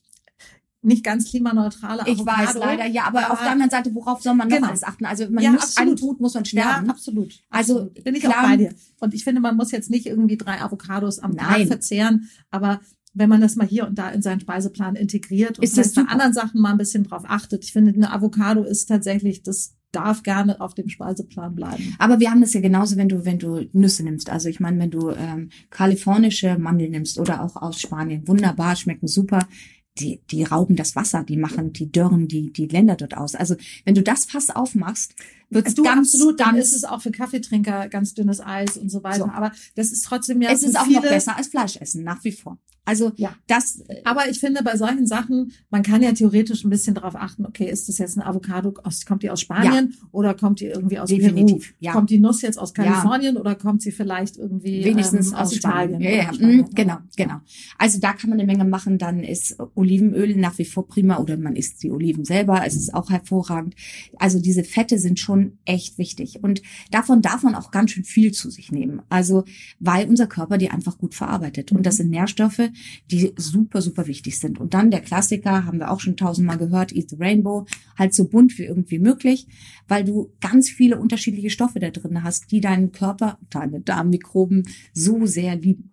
nicht ganz klimaneutrale Ich Avocado. weiß leider, ja, aber, aber auf der anderen Seite, worauf soll man noch Genau. alles achten? Also man Ja, muss, absolut. einen Tod muss man Ja, sterben. absolut. Also, absolut. Bin ich klar. auch bei dir. Und ich finde, man muss jetzt nicht irgendwie drei Avocados am Nein. Tag verzehren, aber wenn man das mal hier und da in seinen Speiseplan integriert und Ist das vielleicht bei super. anderen Sachen mal ein bisschen drauf achtet. Ich finde, eine Avocado ist tatsächlich, das darf gerne auf dem Speiseplan bleiben. Aber wir haben das ja genauso, wenn du, wenn du Nüsse nimmst. Also ich meine, wenn du ähm, kalifornische Mandeln nimmst oder auch aus Spanien, wunderbar, schmecken super. Die, die rauben das Wasser, die machen, die dörren die, die Länder dort aus. Also wenn du das Fass aufmachst, wird's Du, ganz, absolut, dann ganz, ist es auch für Kaffeetrinker ganz dünnes Eis und so weiter. So. Aber das ist trotzdem ja es für ist auch viele, noch besser als Fleisch essen, nach wie vor. Also Ja. das, Aber ich finde, bei solchen Sachen, man kann ja theoretisch ein bisschen darauf achten, okay, ist das jetzt eine Avocado, aus, kommt die aus Spanien oder kommt die irgendwie aus Definitiv, Peru? ja. Kommt die Nuss jetzt aus Ja. Kalifornien oder kommt sie vielleicht irgendwie wenigstens ähm, aus, aus Spanien. Italien? Ja, ja, oder Spanien? mm, genau, genau. Also da kann man eine Menge machen. Dann ist Olivenöl nach wie vor prima oder man isst die Oliven selber. Es ist auch hervorragend. Also diese Fette sind schon echt wichtig und davon darf man auch ganz schön viel zu sich nehmen. Also weil unser Körper die einfach gut verarbeitet und das sind Nährstoffe, die super, super wichtig sind. Und dann der Klassiker, haben wir auch schon tausendmal gehört, Eat the Rainbow, halt so bunt wie irgendwie möglich, weil du ganz viele unterschiedliche Stoffe da drin hast, die deinen Körper, deine Darmmikroben so sehr lieben.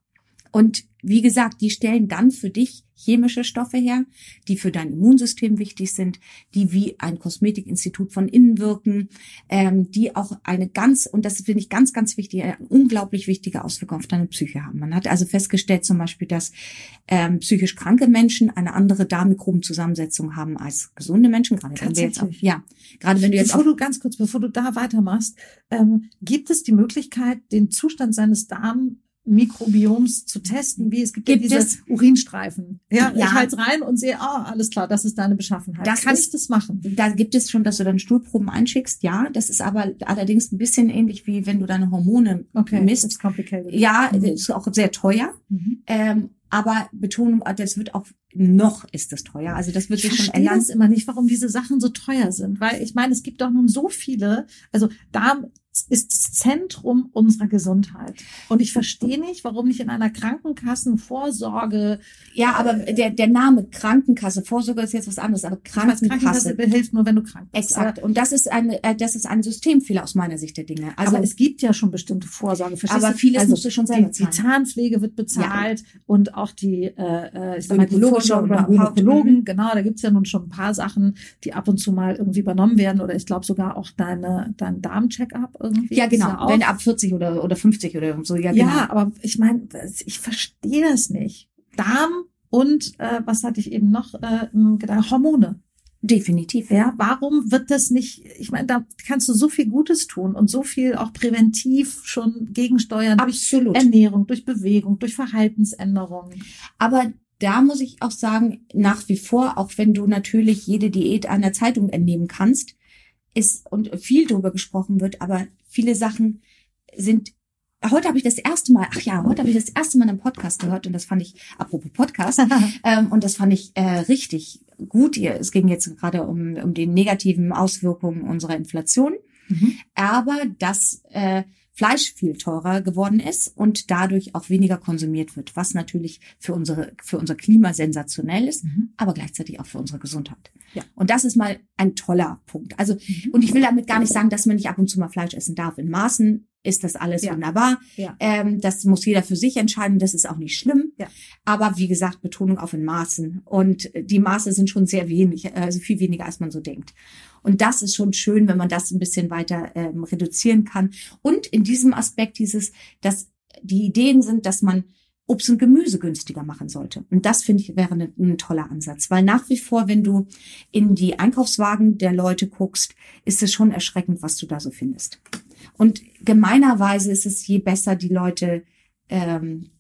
Und wie gesagt, die stellen dann für dich chemische Stoffe her, die für dein Immunsystem wichtig sind, die wie ein Kosmetikinstitut von innen wirken, ähm, die auch eine ganz, und das finde ich ganz, ganz wichtig, eine unglaublich wichtige Auswirkung auf deine Psyche haben. Man hat also festgestellt zum Beispiel, dass ähm, psychisch kranke Menschen eine andere Darmmikrobenzusammensetzung haben als gesunde Menschen. Gerade wenn wir jetzt auch, ja, gerade wenn du jetzt bevor auch, du ganz kurz, bevor du da weitermachst, ähm, gibt es die Möglichkeit, den Zustand seines Darm Mikrobioms zu testen, wie es gibt, gibt ja diese es? Urinstreifen. Ja, ja, ich halte rein und sehe, ah, alles klar, das ist deine Beschaffenheit. Das Kann ist, ich das machen? Da gibt es schon, dass du dann Stuhlproben einschickst, ja. Das ist aber allerdings ein bisschen ähnlich, wie wenn du deine Hormone okay, misst. It's complicated. Ja, mhm. ist auch sehr teuer. Mhm. Ähm, aber Betonung, das wird auch, noch ist das teuer. Also das wird sich schon ändern. Ich verstehe immer nicht, warum diese Sachen so teuer sind. Weil ich meine, es gibt doch nun so viele, also Darm ist das Zentrum unserer Gesundheit. Und ich verstehe nicht, warum nicht in einer Krankenkassenvorsorge. Ja, aber der, der Name Krankenkasse, Vorsorge ist jetzt was anderes, aber Krankenkasse, Krankenkasse hilft nur, wenn du krank bist. Exakt. Und das ist ein, das ist ein Systemfehler aus meiner Sicht der Dinge. Also aber es gibt ja schon bestimmte Vorsorge. Verstehst aber vieles also musst du schon selber zahlen. Die Zahnpflege wird bezahlt, ja. Und auch die, äh, ich sag mal, die Vorsorge beim Gynäkologen. Genau, da gibt's ja nun schon ein paar Sachen, die ab und zu mal irgendwie übernommen werden. Oder ich glaube sogar auch deine, dein Darm-Check-up irgendwie. Ja, genau. Ja wenn ab vierzig oder, oder fünfzig oder so. Ja, genau. Ja, aber ich meine, ich verstehe das nicht. Darm und, äh, was hatte ich eben noch, äh, gedacht, Hormone. Definitiv. Ja, warum wird das nicht, ich meine, da kannst du so viel Gutes tun und so viel auch präventiv schon gegensteuern. Absolut. Durch Ernährung, durch Bewegung, durch Verhaltensänderungen. Aber da muss ich auch sagen, nach wie vor, auch wenn du natürlich jede Diät einer Zeitung entnehmen kannst, ist und viel darüber gesprochen wird, aber viele Sachen sind, heute habe ich das erste Mal, ach ja, heute habe ich das erste Mal einen Podcast gehört und das fand ich, apropos Podcast, ähm, und das fand ich äh, richtig gut. Es ging jetzt gerade um, um die negativen Auswirkungen unserer Inflation, mhm. aber dass äh, Fleisch viel teurer geworden ist und dadurch auch weniger konsumiert wird, was natürlich für unsere für unser Klima sensationell ist, mhm. aber gleichzeitig auch für unsere Gesundheit. Ja. Und das ist mal ein toller Punkt. Also mhm. und ich will damit gar nicht sagen, dass man nicht ab und zu mal Fleisch essen darf. In Maßen ist das alles ja. wunderbar. Ja. Ähm, das muss jeder für sich entscheiden. Das ist auch nicht schlimm. Ja. Aber wie gesagt, Betonung auf in Maßen. Und die Maße sind schon sehr wenig, also viel weniger, als man so denkt. Und das ist schon schön, wenn man das ein bisschen weiter ähm, reduzieren kann. Und in diesem Aspekt dieses, dass die Ideen sind, dass man Obst und Gemüse günstiger machen sollte. Und das, finde ich, wäre ein, ein toller Ansatz. Weil nach wie vor, wenn du in die Einkaufswagen der Leute guckst, ist es schon erschreckend, was du da so findest. Und gemeinerweise ist es, je besser die Leute, ähm,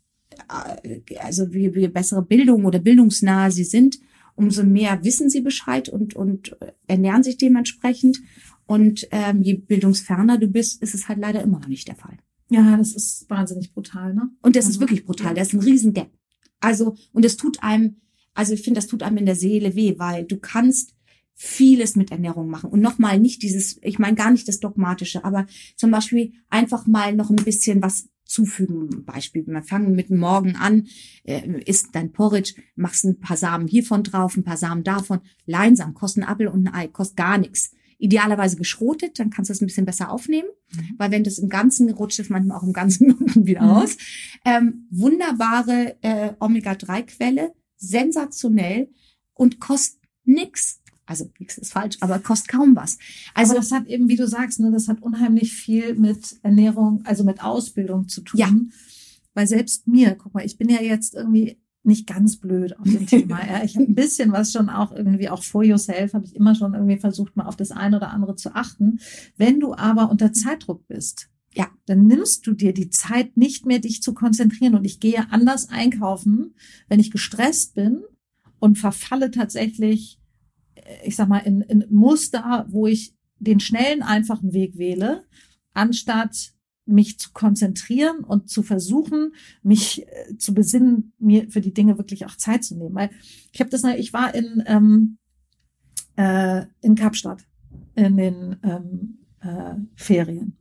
also je, je bessere Bildung oder bildungsnahe sie sind, umso mehr wissen sie Bescheid und, und ernähren sich dementsprechend. Und ähm, je bildungsferner du bist, ist es halt leider immer noch nicht der Fall. Ja, das ist wahnsinnig brutal, ne? Und das also, ist wirklich brutal. Ja. Das ist ein Riesengap. Also, und es tut einem, also ich finde, das tut einem in der Seele weh, weil du kannst vieles mit Ernährung machen. Und nochmal nicht dieses, ich meine gar nicht das Dogmatische, aber zum Beispiel einfach mal noch ein bisschen was zufügen. Beispiel, wir fangen mit dem Morgen an, äh, isst dein Porridge, machst ein paar Samen hiervon drauf, ein paar Samen davon. Leinsamen kosten einen Apfel und ein Ei, kostet gar nichts. Idealerweise geschrotet, dann kannst du es ein bisschen besser aufnehmen, mhm. weil wenn das im Ganzen rutscht, es manchmal auch im Ganzen unten wieder mhm. raus. Ähm, wunderbare äh, Omega drei Quelle, sensationell und kostet nix. Also nichts ist falsch, aber kostet kaum was. Also aber das hat eben, wie du sagst, ne, das hat unheimlich viel mit Ernährung, also mit Ausbildung zu tun. Ja. Weil selbst mir, guck mal, ich bin ja jetzt irgendwie nicht ganz blöd auf dem Thema. Ja. Ich habe ein bisschen was schon auch irgendwie, auch for yourself, habe ich immer schon irgendwie versucht, mal auf das eine oder andere zu achten. Wenn du aber unter Zeitdruck bist, ja, dann nimmst du dir die Zeit nicht mehr, dich zu konzentrieren. Und ich gehe anders einkaufen, wenn ich gestresst bin und verfalle tatsächlich, ich sag mal, in, in Muster, wo ich den schnellen, einfachen Weg wähle, anstatt mich zu konzentrieren und zu versuchen, mich äh, zu besinnen, mir für die Dinge wirklich auch Zeit zu nehmen. Weil ich habe das, ich war in ähm, äh, in Kapstadt in den ähm, äh, Ferien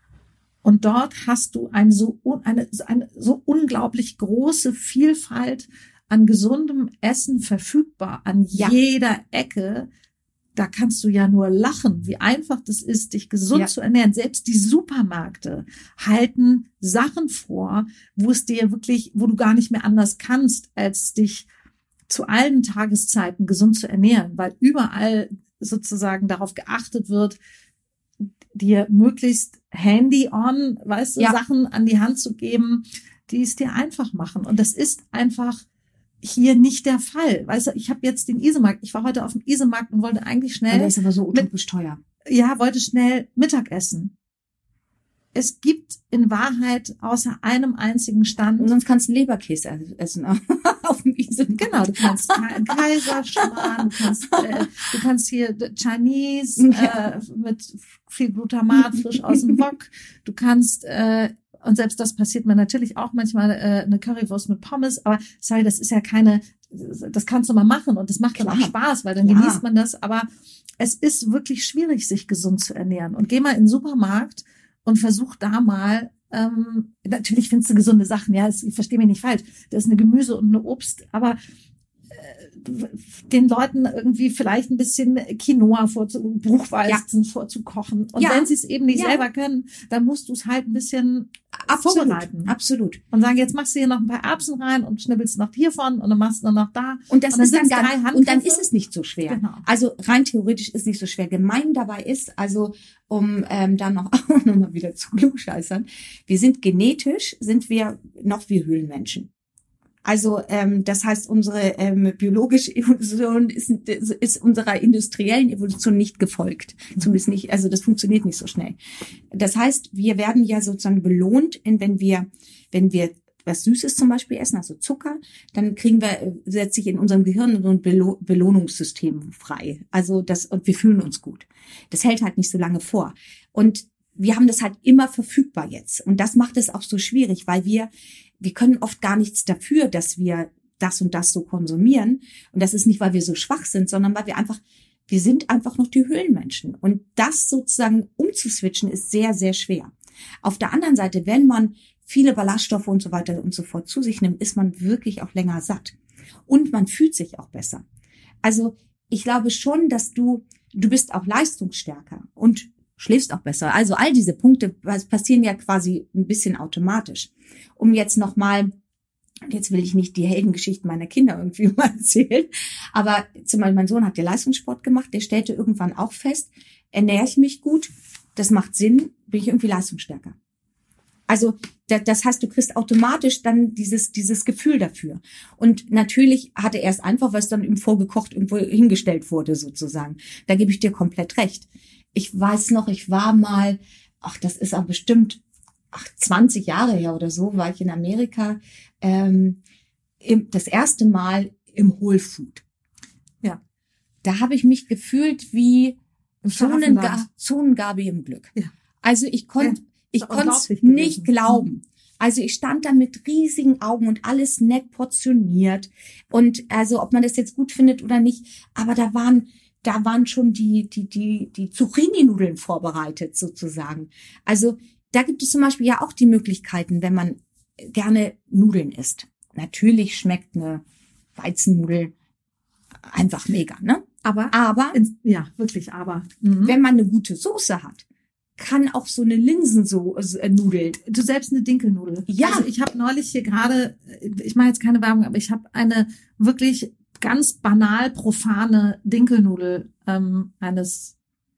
und dort hast du eine so eine, eine so unglaublich große Vielfalt an gesundem Essen verfügbar an ja. jeder Ecke. da kannst du ja nur lachen, wie einfach das ist, dich gesund Ja. zu ernähren. Selbst die Supermärkte halten Sachen vor, wo es dir wirklich, wo du gar nicht mehr anders kannst, als dich zu allen Tageszeiten gesund zu ernähren, weil überall sozusagen darauf geachtet wird, dir möglichst handy-on, weißt du, Ja. Sachen an die Hand zu geben, die es dir einfach machen. Und das ist einfach hier nicht der Fall. Weißt du, ich habe jetzt den Isemarkt, ich war heute auf dem Isemarkt und wollte eigentlich Und der schnell, ist aber so utopisch teuer. ja, wollte schnell Mittagessen. Es gibt in Wahrheit außer einem einzigen Stand, Und sonst kannst du einen Leberkäse essen auf dem Isemarkt. genau, du kannst einen Kaiserschmarrn, du kannst, äh, du kannst hier Chinese äh, mit viel Glutamat frisch aus dem Wok, du kannst äh, und selbst das passiert mir natürlich auch manchmal, äh, eine Currywurst mit Pommes, aber sorry, das ist ja keine, das kannst du mal machen und das macht dann auch Klar. Spaß, weil dann Klar. genießt man das, aber es ist wirklich schwierig, sich gesund zu ernähren. Und geh mal in den Supermarkt und versuch da mal, ähm, natürlich findest du gesunde Sachen, ja, ich verstehe mich nicht falsch, da ist eine Gemüse und eine Obst, aber den Leuten irgendwie vielleicht ein bisschen Quinoa vorzu, Buchweizen ja. vorzukochen. Und ja. wenn sie es eben nicht ja. selber können, dann musst du es halt ein bisschen absolut. vorbereiten. Absolut. Und sagen, jetzt machst du hier noch ein paar Erbsen rein und schnibbelst noch hiervon und dann machst du noch da. Und das und dann ist dann drei gar, Handgriffe. und dann ist es nicht so schwer. Genau. Also rein theoretisch ist nicht so schwer. Gemein dabei ist, also um ähm, dann noch, auch noch mal wieder zu klugscheißern, wir sind genetisch, sind wir noch wie Höhlenmenschen. Also ähm, das heißt, unsere ähm, biologische Evolution ist, ist unserer industriellen Evolution nicht gefolgt. Mhm. Zumindest nicht, also das funktioniert nicht so schnell. Das heißt, wir werden ja sozusagen belohnt, wenn wir, wenn wir was Süßes zum Beispiel essen, also Zucker, dann kriegen wir, setzt sich in unserem Gehirn so ein Belo- Belohnungssystem frei. Also das, und wir fühlen uns gut. Das hält halt nicht so lange vor. Und wir haben das halt immer verfügbar jetzt. Und das macht es auch so schwierig, weil wir, wir können oft gar nichts dafür, dass wir das und das so konsumieren. Und das ist nicht, weil wir so schwach sind, sondern weil wir einfach, wir sind einfach noch die Höhlenmenschen. Und das sozusagen umzuswitchen ist sehr, sehr schwer. Auf der anderen Seite, wenn man viele Ballaststoffe und so weiter und so fort zu sich nimmt, ist man wirklich auch länger satt. Und man fühlt sich auch besser. Also ich glaube schon, dass du, du bist auch leistungsstärker und schläfst auch besser. Also all diese Punkte passieren ja quasi ein bisschen automatisch. Um jetzt nochmal, jetzt will ich nicht die Heldengeschichten meiner Kinder irgendwie mal erzählen, aber zum Beispiel mein Sohn hat ja Leistungssport gemacht, der stellte irgendwann auch fest, ernähre ich mich gut, das macht Sinn, bin ich irgendwie leistungsstärker. Also das heißt, du kriegst automatisch dann dieses dieses Gefühl dafür. Und natürlich hatte er es einfach, weil es dann ihm vorgekocht irgendwo hingestellt wurde sozusagen. Da gebe ich dir komplett recht. Ich weiß noch, ich war mal, ach, das ist auch bestimmt ach, zwanzig Jahre her oder so, war ich in Amerika ähm, im, das erste Mal im Whole Food. Ja. Da habe ich mich gefühlt wie Im Zonenga- Zonengabe im Glück. Ja. Also ich konnte, Ja, ich ist konnte es unglaublich nicht gewesen. glauben. Also ich stand da mit riesigen Augen und alles nett portioniert. Und also ob man das jetzt gut findet oder nicht, aber da waren da waren schon die die die die Zucchini-Nudeln vorbereitet sozusagen. Also da gibt es zum Beispiel ja auch die Möglichkeiten, wenn man gerne Nudeln isst. Natürlich schmeckt eine Weizennudel einfach mega, ne? Aber, Aber ins, ja, wirklich, aber. Mhm. wenn man eine gute Soße hat, kann auch so eine Linsennudel. Du selbst eine Dinkelnudel. Ja. Also ich habe neulich hier gerade, ich mache jetzt keine Werbung, aber ich habe eine wirklich ganz banal profane Dinkelnudel ähm, eines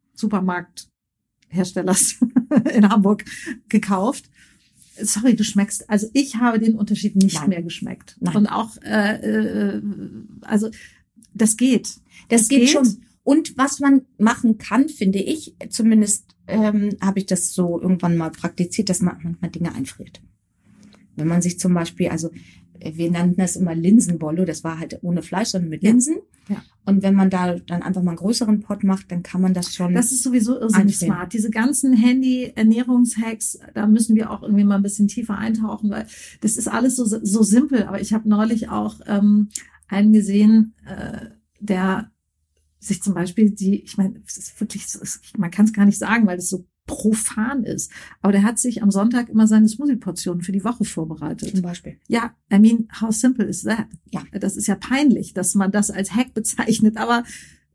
Supermarktherstellers in Hamburg gekauft. Sorry, du schmeckst. Also ich habe den Unterschied nicht Nein. mehr geschmeckt. Nein. Und auch, äh, äh, also das geht. Das, Das geht, geht. schon. Und was man machen kann, finde ich, zumindest ähm, habe ich das so irgendwann mal praktiziert, dass man manchmal Dinge einfriert. Wenn man sich zum Beispiel, also wir nannten das immer Linsenbollo, das war halt ohne Fleisch, sondern mit Ja. Linsen. Ja. Und wenn man da dann einfach mal einen größeren Pot macht, dann kann man das schon. Das ist sowieso irrsinnig einfrieren. smart. Diese ganzen Handy-Ernährungshacks, da müssen wir auch irgendwie mal ein bisschen tiefer eintauchen, weil das ist alles so so simpel. Aber ich habe neulich auch ähm, einen gesehen, äh, der sich zum Beispiel die, ich meine, es ist wirklich, so, es, man kann es gar nicht sagen, weil es so profan ist. Aber der hat sich am Sonntag immer seine Smoothie-Portionen für die Woche vorbereitet. Zum Beispiel. Ja, I mean, how simple is that? Ja. Das ist ja peinlich, dass man das als Hack bezeichnet, aber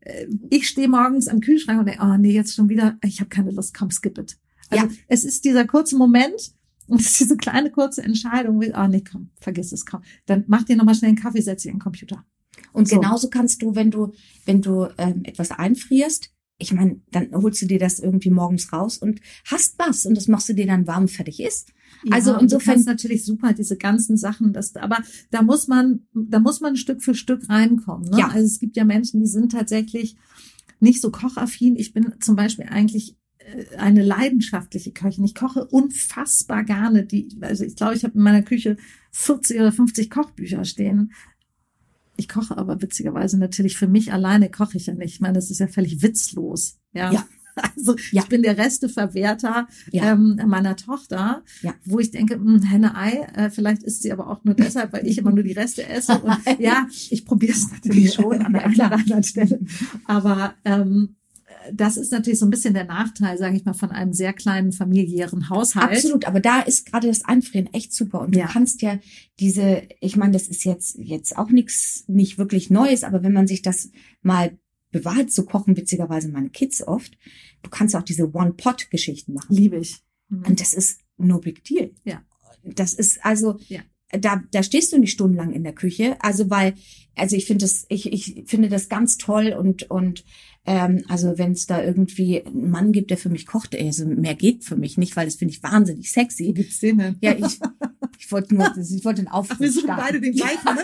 ich stehe morgens am Kühlschrank und denke, oh nee, jetzt schon wieder, ich habe keine Lust, komm, skip it. Also Ja. es ist dieser kurze Moment und es ist diese kleine kurze Entscheidung, wie, oh nee, komm, vergiss es, komm. Dann mach dir nochmal schnell einen Kaffee, setz dich an den Computer. Und So. genauso kannst du, wenn du, wenn du ähm, etwas einfrierst, ich meine, dann holst du dir das irgendwie morgens raus und hast was und das machst du dir dann warm, fertig ist. Also Ja, insofern- du kannst natürlich super diese ganzen Sachen, das, aber da muss man, da muss man Stück für Stück reinkommen. Ne? Ja. Also es gibt ja Menschen, die sind tatsächlich nicht so kochaffin. Ich bin zum Beispiel eigentlich äh, eine leidenschaftliche Köchin. Ich koche unfassbar gerne. Die, also ich glaube, ich habe in meiner Küche vierzig oder fünfzig Kochbücher stehen. Ich koche aber witzigerweise natürlich für mich alleine koche ich ja nicht. Ich meine, das ist ja völlig witzlos. Ja. Ja. Also Ja. ich bin der Resteverwerter Ja. ähm, meiner Tochter, Ja. wo ich denke, mh, Henne-Ei, äh, vielleicht isst sie aber auch nur deshalb, weil ich immer nur die Reste esse. Und ja, ich probiere es natürlich schon an der einen oder anderen Stelle. Aber ähm, das ist natürlich so ein bisschen der Nachteil, sage ich mal, von einem sehr kleinen familiären Haushalt. Absolut, aber da ist gerade das Einfrieren echt super und Ja. du kannst ja diese, ich meine, das ist jetzt jetzt auch nichts, nicht wirklich Neues, aber wenn man sich das mal bewahrt, so kochen witzigerweise meine Kids oft, du kannst auch diese One-Pot-Geschichten machen Liebe ich. Mhm. und das ist no big deal. Ja. Das ist also, Ja. da da stehst du nicht stundenlang in der Küche, also weil, also ich finde das, ich ich finde das ganz toll und und ähm, also wenn es da irgendwie einen Mann gibt, der für mich kocht, also mehr geht für mich nicht, weil das finde ich wahnsinnig Wo sexy. gibt's den denn? Ja, ich ich wollte nur, ich wollte den Aufruf Wir suchen starten. beide den gleichen, ne?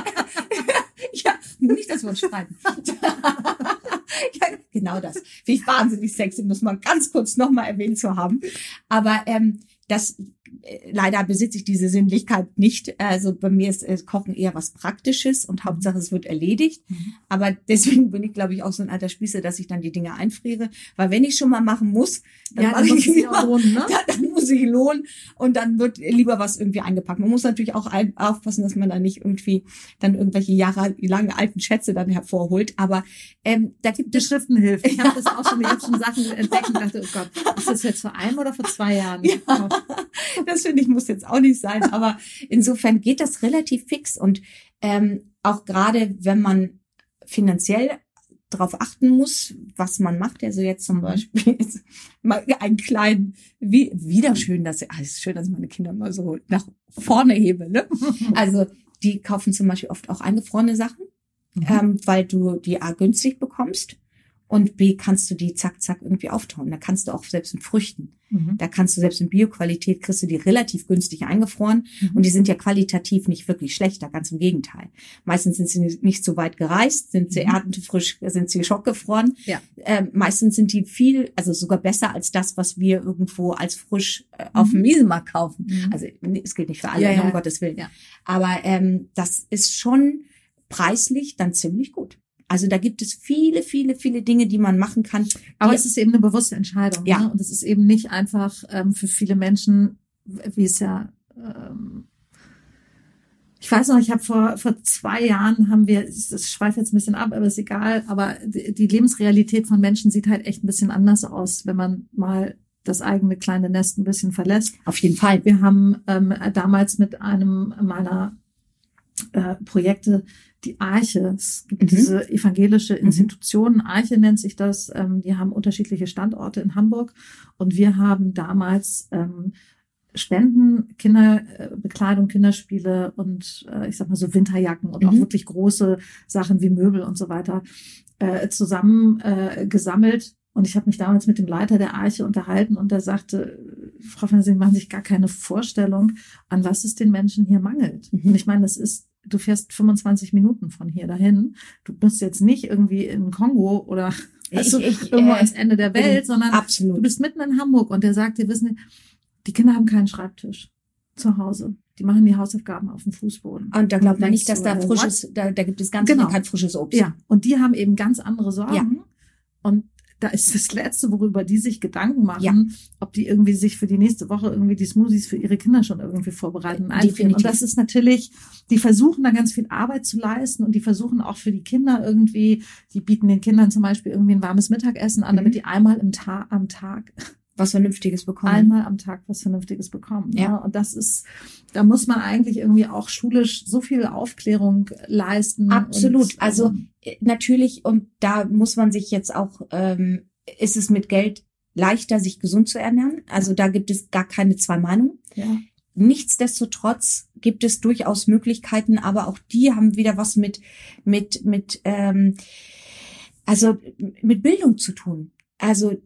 Ja, nur nicht, dass wir uns streiten. Ja, genau das. Finde ich wahnsinnig sexy, muss man ganz kurz nochmal erwähnt zu haben. Aber ähm, das äh, leider besitze ich diese Sinnlichkeit nicht. Also bei mir ist äh, Kochen eher was Praktisches und Hauptsache es wird erledigt. Mhm. Aber deswegen bin ich, glaube ich, auch so ein alter Spießer, dass ich dann die Dinge einfriere. Weil wenn ich schon mal machen muss, dann, Ja, mache dann muss ich es sich lieber- auch lohnen, ne? dann, dann muss ich lohnen und dann wird lieber was irgendwie eingepackt. Man muss natürlich auch ein, aufpassen, dass man da nicht irgendwie dann irgendwelche jahrelange alten Schätze dann hervorholt. Aber ähm, da gibt es Beschriften hilft. Ich habe das auch schon, ich habe schon Sachen entdeckt und dachte, oh Gott, ist das jetzt vor einem oder vor zwei Jahren? Ja. Das finde ich muss jetzt auch nicht sein, aber insofern geht das relativ fix und ähm, auch gerade wenn man finanziell darauf achten muss, was man macht, also jetzt zum Beispiel jetzt mal einen kleinen, wie, wieder schön, dass ah, es ist schön, dass ich meine Kinder mal so nach vorne hebe, ne? Also die kaufen zum Beispiel oft auch eingefrorene Sachen, Mhm. ähm, weil du die A günstig bekommst und B kannst du die zack zack irgendwie auftauen. Da kannst du auch selbst mit Früchten. Mhm. Da kannst du selbst in Bioqualität kriegst du die relativ günstig eingefroren Mhm. und die sind ja qualitativ nicht wirklich schlechter, ganz im Gegenteil. Meistens sind sie nicht so weit gereist, sind sie Mhm. erdentefrisch, sind sie schockgefroren. Ja. Ähm, meistens sind die viel, also sogar besser als das, was wir irgendwo als frisch äh, auf Mhm. dem Wiesenmarkt kaufen. Mhm. Also es gilt nicht für alle, Ja, ne, ja. um Gottes Willen. Ja. Aber ähm, das ist schon preislich dann ziemlich gut. Also da gibt es viele, viele, viele Dinge, die man machen kann. Aber die, es ist eben eine bewusste Entscheidung. Ja. Ne? Und es ist eben nicht einfach ähm, für viele Menschen, wie es ja, ähm, ich weiß noch, ich habe vor vor zwei Jahren haben wir, das schweift jetzt ein bisschen ab, aber ist egal, aber die, die Lebensrealität von Menschen sieht halt echt ein bisschen anders aus, wenn man mal das eigene kleine Nest ein bisschen verlässt. auf jeden Fall. Wir haben ähm, damals mit einem meiner äh, Projekte die Arche. Es gibt Mhm. diese evangelische Institution, Arche nennt sich das. Ähm, die haben unterschiedliche Standorte in Hamburg und wir haben damals ähm, Spenden, Kinderbekleidung, Kinderspiele und äh, ich sag mal so Winterjacken und auch Mhm. wirklich große Sachen wie Möbel und so weiter äh, zusammen äh, gesammelt. Und ich habe mich damals mit dem Leiter der Arche unterhalten und der sagte, Frau van Sie machen sich gar keine Vorstellung, an was es den Menschen hier mangelt. Mhm. Und ich meine, das ist, du fährst fünfundzwanzig Minuten von hier dahin. Du bist jetzt nicht irgendwie in Kongo oder weißt du, Ich- ich, irgendwo äh, ans Ende der bin Welt, sondern Absolut. du bist mitten in Hamburg und der sagt dir, wissen Sie, die Kinder haben keinen Schreibtisch zu Hause. Die machen die Hausaufgaben auf dem Fußboden. Und da glaubt man denkst nicht, dass du, da äh, frisches, da, da gibt es ganz Genau. kein frisches Obst. Ja, und die haben eben ganz andere Sorgen. Ja. Und da ist das Letzte, worüber die sich Gedanken machen, Ja. ob die irgendwie sich für die nächste Woche irgendwie die Smoothies für ihre Kinder schon irgendwie vorbereiten und einfrieren. Definitiv. Und das ist natürlich, die versuchen da ganz viel Arbeit zu leisten und die versuchen auch für die Kinder irgendwie, die bieten den Kindern zum Beispiel irgendwie ein warmes Mittagessen an, Mhm. damit die einmal im Ta- am Tag was Vernünftiges bekommen. Einmal am Tag was Vernünftiges bekommen. Ja. Ne? Und das ist, da muss man eigentlich irgendwie auch schulisch so viel Aufklärung leisten. Absolut. Und, also ähm, natürlich, und da muss man sich jetzt auch, ähm, ist es mit Geld leichter, sich gesund zu ernähren. Also da gibt es gar keine zwei Meinungen. ja. Nichtsdestotrotz gibt es durchaus Möglichkeiten, aber auch die haben wieder was mit mit mit ähm, also mit Bildung zu tun. Also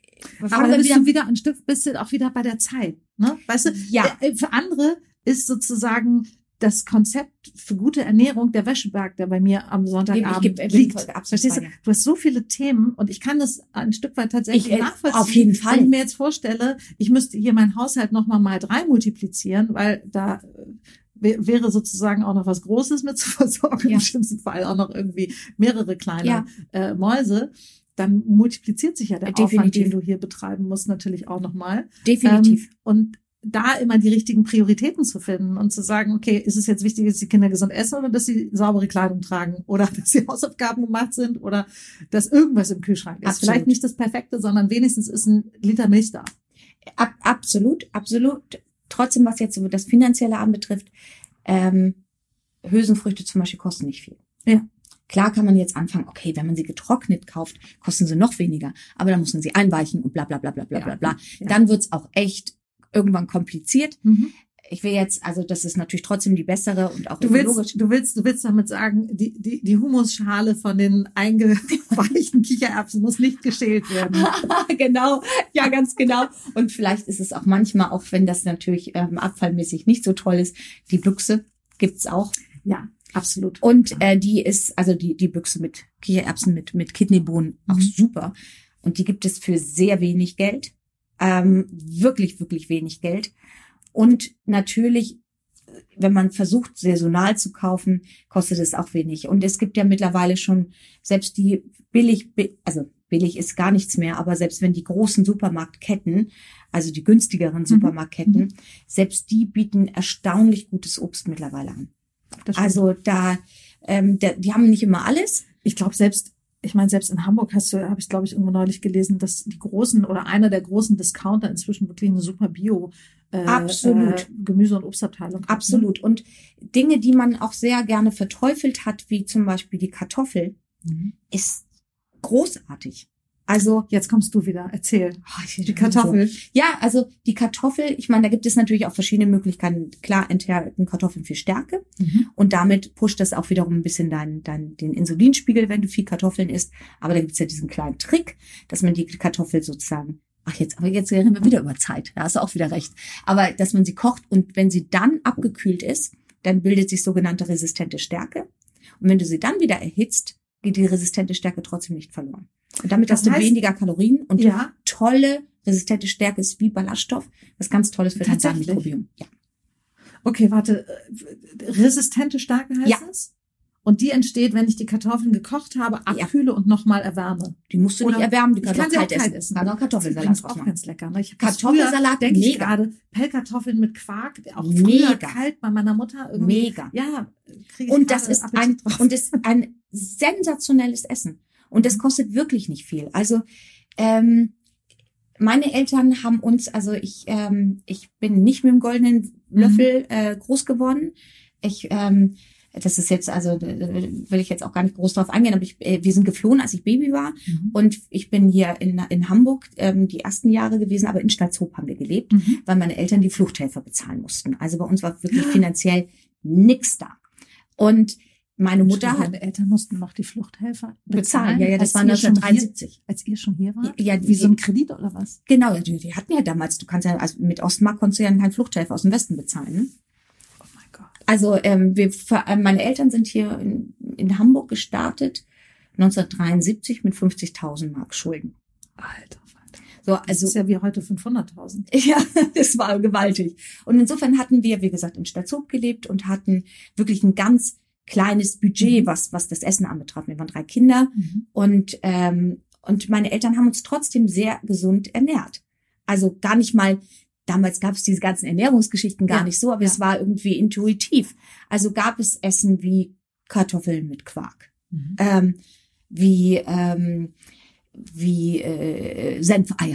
Aber da bist du wieder ein Stück, bist du auch wieder bei der Zeit, ne? Weißt du, ja. äh, für andere ist sozusagen das Konzept für gute Ernährung der Wäscheberg, der bei mir am Sonntagabend ich geb, liegt. absolut Verstehst du? Du hast so viele Themen und ich kann das ein Stück weit tatsächlich ich, äh, nachvollziehen. Auf jeden Fall. Wenn ich mir jetzt vorstelle, ich müsste hier meinen Haushalt nochmal mal drei multiplizieren, weil da äh, wäre sozusagen auch noch was Großes mit zu versorgen, Ja. im schlimmsten Fall auch noch irgendwie mehrere kleine Ja. äh, Mäuse. Dann multipliziert sich ja der Definitiv. Aufwand, den du hier betreiben musst, natürlich auch nochmal. Definitiv. Ähm, und da immer die richtigen Prioritäten zu finden und zu sagen, okay, ist es jetzt wichtig, dass die Kinder gesund essen oder dass sie saubere Kleidung tragen oder dass sie Hausaufgaben gemacht sind oder dass irgendwas im Kühlschrank ist. Absolut. Vielleicht nicht das Perfekte, sondern wenigstens ist ein Liter Milch da. Ab, absolut, absolut. Trotzdem, was jetzt so das Finanzielle anbetrifft, ähm, Hülsenfrüchte zum Beispiel kosten nicht viel. Ja. Klar kann man jetzt anfangen, okay, wenn man sie getrocknet kauft, kosten sie noch weniger, aber dann muss man sie einweichen und bla bla bla bla bla Ja. bla bla. Ja. Dann wird's auch echt irgendwann kompliziert. Mhm. Ich will jetzt, also das ist natürlich trotzdem die bessere und auch Du ökologisch. willst, du willst, du willst damit sagen, die, die, die Humusschale von den eingeweichten Kichererbsen muss nicht geschält werden. Genau, ja, ganz genau. Und vielleicht ist es auch manchmal, auch wenn das natürlich ähm, abfallmäßig nicht so toll ist, die Büchse gibt's auch. Ja, absolut. Und äh, die ist, also die die Büchse mit Kichererbsen, mit mit Kidneybohnen, auch Mhm. super. Und die gibt es für sehr wenig Geld. Ähm, wirklich, wirklich wenig Geld. Und natürlich, wenn man versucht, saisonal zu kaufen, kostet es auch wenig. Und es gibt ja mittlerweile schon selbst die billig, also billig ist gar nichts mehr, aber selbst wenn die großen Supermarktketten, also die günstigeren Supermarktketten, Mhm. selbst die bieten erstaunlich gutes Obst mittlerweile an. Das stimmt. Also da, ähm, da, die haben nicht immer alles. Ich glaube, selbst, ich meine, selbst in Hamburg hast du, habe ich, glaube ich, irgendwo neulich gelesen, dass die großen oder einer der großen Discounter inzwischen wirklich eine super Bio äh, Absolut. Äh, Gemüse- und Obstabteilung hat. Absolut. Und Dinge, die man auch sehr gerne verteufelt hat, wie zum Beispiel die Kartoffel, Mhm. ist großartig. Also Jetzt kommst du wieder, erzähl. oh, Die Kartoffel. Ja, also die Kartoffel, ich meine, da gibt es natürlich auch verschiedene Möglichkeiten. Klar enthalten Kartoffeln viel Stärke Mhm. und damit pusht das auch wiederum ein bisschen dein, dein, den Insulinspiegel, wenn du viel Kartoffeln isst. Aber da gibt's ja diesen kleinen Trick, dass man die Kartoffel sozusagen, ach jetzt, aber jetzt reden wir wieder über Zeit, da hast du auch wieder recht. Aber dass man sie kocht und wenn sie dann abgekühlt ist, dann bildet sich sogenannte resistente Stärke. Und wenn du sie dann wieder erhitzt, geht die resistente Stärke trotzdem nicht verloren. Und damit Das hast du heißt- weniger Kalorien und Ja. tolle resistente Stärke ist wie Ballaststoff. Was ganz Tolles für dein Tatsächlich? Darmmikrobiom. Ja. Okay, warte. äh, Resistente Stärke heißt Ja. es? Und die entsteht, wenn ich die Kartoffeln gekocht habe, abkühle und nochmal erwärme. Die musst du Oder nicht erwärmen, die ich kannst kann du sie auch kalt kalt essen. essen. Kann auch Das Kartoffelsalat ist draus auch machen. ganz lecker. Ne? Ich hab Kartoffelsalat, denke ich mega. gerade, Pellkartoffeln mit Quark, auch Mega. früher kalt bei meiner Mutter irgendwie. Mega. Ja, kriege ich Und das gerade ist Appetit ein, drauf. und ist ein sensationelles Essen. Und das kostet wirklich nicht viel. Also, ähm, meine Eltern haben uns, also ich, ähm, ich bin nicht mit dem goldenen Löffel äh, groß geworden. Ich, ähm, das ist jetzt, also äh, will ich jetzt auch gar nicht groß drauf eingehen, aber ich, äh, wir sind geflohen, als ich Baby war. Mhm. Und ich bin hier in, in Hamburg ähm, die ersten Jahre gewesen, aber in Stalzhoop haben wir gelebt, Mhm. weil meine Eltern die Fluchthelfer bezahlen mussten. Also bei uns war wirklich finanziell nix da. Und meine Mutter hat Meine Eltern mussten noch die Fluchthelfer bezahlt. Ja, ja, das als war ihr schon neunzehnhundertdreiundsiebzig. Hier, als ihr schon hier wart? Ja, Wie so ein Kredit oder was? Genau, ja, die, die hatten ja damals, du kannst ja, also mit Ostmark konntest du ja keinen Fluchthelfer aus dem Westen bezahlen. Ne? Oh mein Gott. Also ähm, wir, ver- äh, meine Eltern sind hier in, in Hamburg gestartet, neunzehnhundertdreiundsiebzig mit fünfzigtausend Mark Schulden. Alter Falter. So, Das also ist ja wie heute fünfhunderttausend. ja, das war gewaltig. Und insofern hatten wir, wie gesagt, in Stalzhoop gelebt und hatten wirklich ein ganz kleines Budget, Mhm. was was das Essen anbetraf. Wir waren drei Kinder. Mhm. Und, ähm, und meine Eltern haben uns trotzdem sehr gesund ernährt. Also gar nicht mal, damals gab es diese ganzen Ernährungsgeschichten gar Ja, nicht so, aber ja. es war irgendwie intuitiv. Also gab es Essen wie Kartoffeln mit Quark, Mhm. ähm, wie, ähm, wie äh, Senfeier.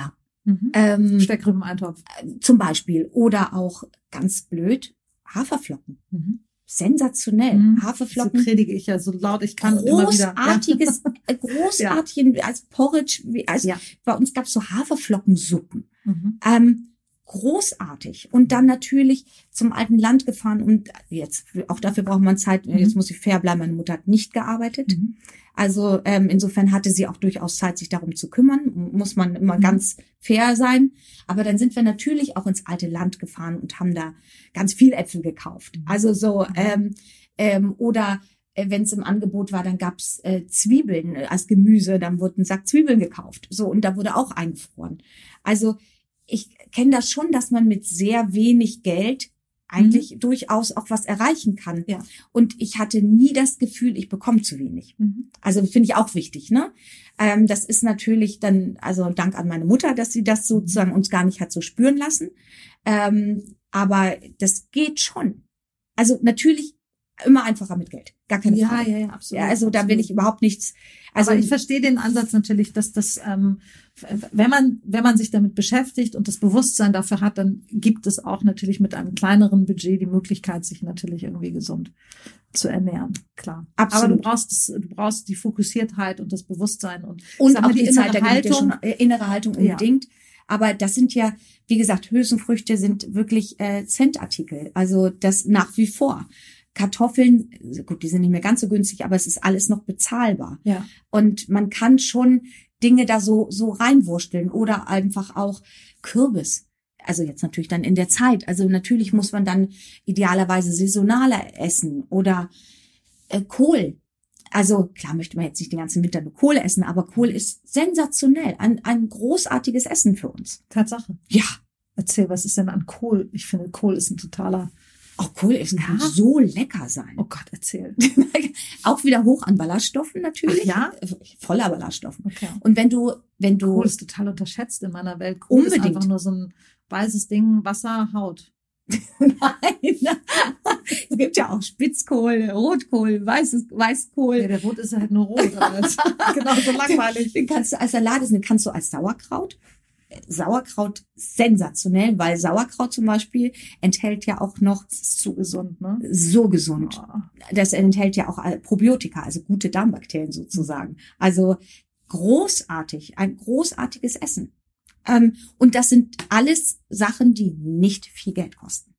Mhm. Ähm, Steckrübeneintopf. zum Beispiel. Oder auch ganz blöd, Haferflocken. Mhm. Sensationell. Mhm. Haferflocken. So predige ich ja so laut ich kann immer wieder. Großartiges, ja. großartigen, als Porridge, wie- als, Ja. bei uns gab's so Haferflockensuppen. Mhm. Ähm, großartig. Und dann natürlich zum alten Land gefahren und jetzt, auch dafür braucht man Zeit, Mhm. jetzt muss ich fair bleiben, meine Mutter hat nicht gearbeitet. Mhm. Also ähm, insofern hatte sie auch durchaus Zeit, sich darum zu kümmern, muss man immer Mhm. ganz fair sein. Aber dann sind wir natürlich auch ins alte Land gefahren und haben da ganz viel Äpfel gekauft. Mhm. Also so, Mhm. ähm, ähm, oder äh, wenn es im Angebot war, dann gab's äh, Zwiebeln äh, als Gemüse, dann wurde ein Sack Zwiebeln gekauft. So, und da wurde auch eingefroren. Also ich kenne das schon, dass man mit sehr wenig Geld eigentlich mhm. durchaus auch was erreichen kann. Ja. Und ich hatte nie das Gefühl, ich bekomme zu wenig. Mhm. Also finde ich auch wichtig, ne? Ähm, das ist natürlich dann, also Dank an meine Mutter, dass sie das sozusagen uns gar nicht hat so spüren lassen. Ähm, aber das geht schon. Also natürlich immer einfacher mit Geld. Gar keine Ja, Frage. ja, ja, absolut. Ja, also da will absolut. ich überhaupt nichts. Also Aber ich verstehe den Ansatz natürlich, dass das, ähm, wenn man, wenn man sich damit beschäftigt und das Bewusstsein dafür hat, dann gibt es auch natürlich mit einem kleineren Budget die Möglichkeit, sich natürlich irgendwie gesund zu ernähren. Klar. Absolut. Aber du brauchst, das, du brauchst die Fokussiertheit und das Bewusstsein und, und sag mal, auch die, die Zeit, da gibt ja Haltung. schon äh, innere Haltung unbedingt. Ja. Aber das sind ja, wie gesagt, Hülsenfrüchte sind wirklich äh, Centartikel. Also das nach wie vor. Kartoffeln, gut, die sind nicht mehr ganz so günstig, aber es ist alles noch bezahlbar. Ja. Und man kann schon Dinge da so so reinwursteln oder einfach auch Kürbis. Also jetzt natürlich dann in der Zeit. Also natürlich muss man dann idealerweise saisonaler essen oder äh, Kohl. Also klar möchte man jetzt nicht den ganzen Winter nur Kohl essen, aber Kohl ist sensationell, ein ein großartiges Essen für uns. Tatsache. Ja. Erzähl, was ist denn an Kohl? Ich finde, Kohl ist ein totaler... Auch Kohl essen kann ja. so lecker sein. Oh Gott, erzähl. Auch wieder hoch an Ballaststoffen natürlich. Ach ja? Voller Ballaststoffen. Okay. Und wenn du, wenn du... Kohl ist total unterschätzt in meiner Welt. Kohl unbedingt. ist einfach nur so ein weißes Ding, Wasser, Haut. Nein. Es gibt ja auch Spitzkohl, Rotkohl, weißes, Weißkohl. Ja, der Rot ist halt nur rot. Genau, so langweilig. Den kannst du als Salat essen, den kannst du als Sauerkraut. Sauerkraut sensationell, weil Sauerkraut zum Beispiel enthält ja auch noch, das ist so gesund, ne? So gesund. Oh. Das enthält ja auch Probiotika, also gute Darmbakterien sozusagen. Also großartig, ein großartiges Essen. Ähm, und das sind alles Sachen, die nicht viel Geld kosten.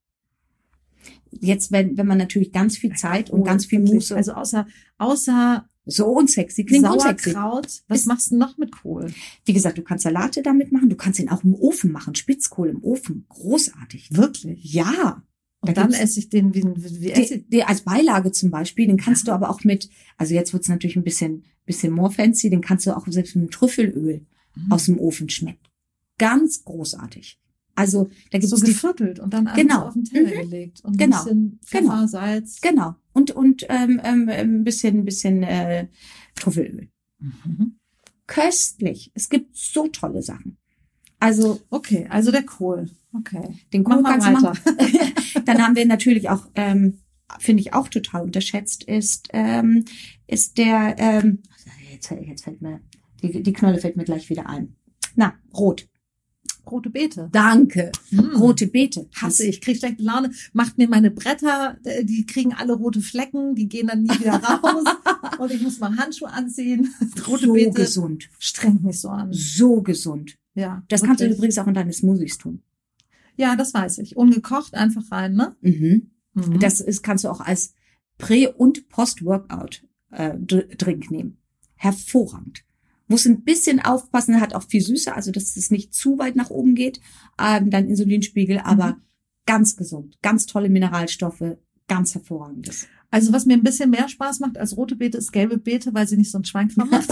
Jetzt, wenn, wenn man natürlich ganz viel Zeit und ganz viel Muße. Also außer, außer so unsexy, klingt unsexy. Sauerkraut, was ist, machst du noch mit Kohl? Wie gesagt, du kannst Salate damit machen, du kannst ihn auch im Ofen machen, Spitzkohl im Ofen, großartig. Wirklich? Ja. Und da dann esse ich den, wie, wie, wie esse ich? Die, die als Beilage zum Beispiel, den kannst ja. du aber auch mit, also jetzt wird's natürlich ein bisschen, bisschen more fancy, den kannst du auch selbst mit Trüffelöl mhm. aus dem Ofen schmecken. Ganz großartig. Also da gibt so es geviertelt und dann genau. auf den Teller mhm. gelegt und genau. ein bisschen Pfeffer, genau. Salz. Genau. Und und ähm, ähm, ein bisschen ein bisschen äh, Trüffelöl. Mhm. Köstlich. Es gibt so tolle Sachen. Also okay, also der Kohl. Okay. Den Kohl kannst du machen. Dann haben wir natürlich auch, ähm, finde ich auch total unterschätzt, ist ähm, ist der ähm, jetzt, jetzt fällt mir die, die Knolle fällt mir gleich wieder ein. Na, rot. Rote Beete. Danke. Mm. Rote Beete. Hasse ich. Krieg schlechte Laune. Macht mir meine Bretter, die kriegen alle rote Flecken, die gehen dann nie wieder raus. Und ich muss mal Handschuhe anziehen. Rote so Beete. gesund. Strengt mich so an. So gesund. Ja. Das wirklich. Kannst du übrigens auch in deine Smoothies tun. Ja, das weiß ich. Ungekocht einfach rein, ne? Mhm. Mhm. Das ist, kannst du auch als Prä- und Post-Workout äh, Drink nehmen. Hervorragend. Muss ein bisschen aufpassen, hat auch viel Süße, also dass es nicht zu weit nach oben geht, ähm, dein Insulinspiegel, aber mhm. ganz gesund, ganz tolle Mineralstoffe, ganz hervorragendes. Also was mir ein bisschen mehr Spaß macht als rote Beete ist gelbe Beete, weil sie nicht so einen Schweinkram macht.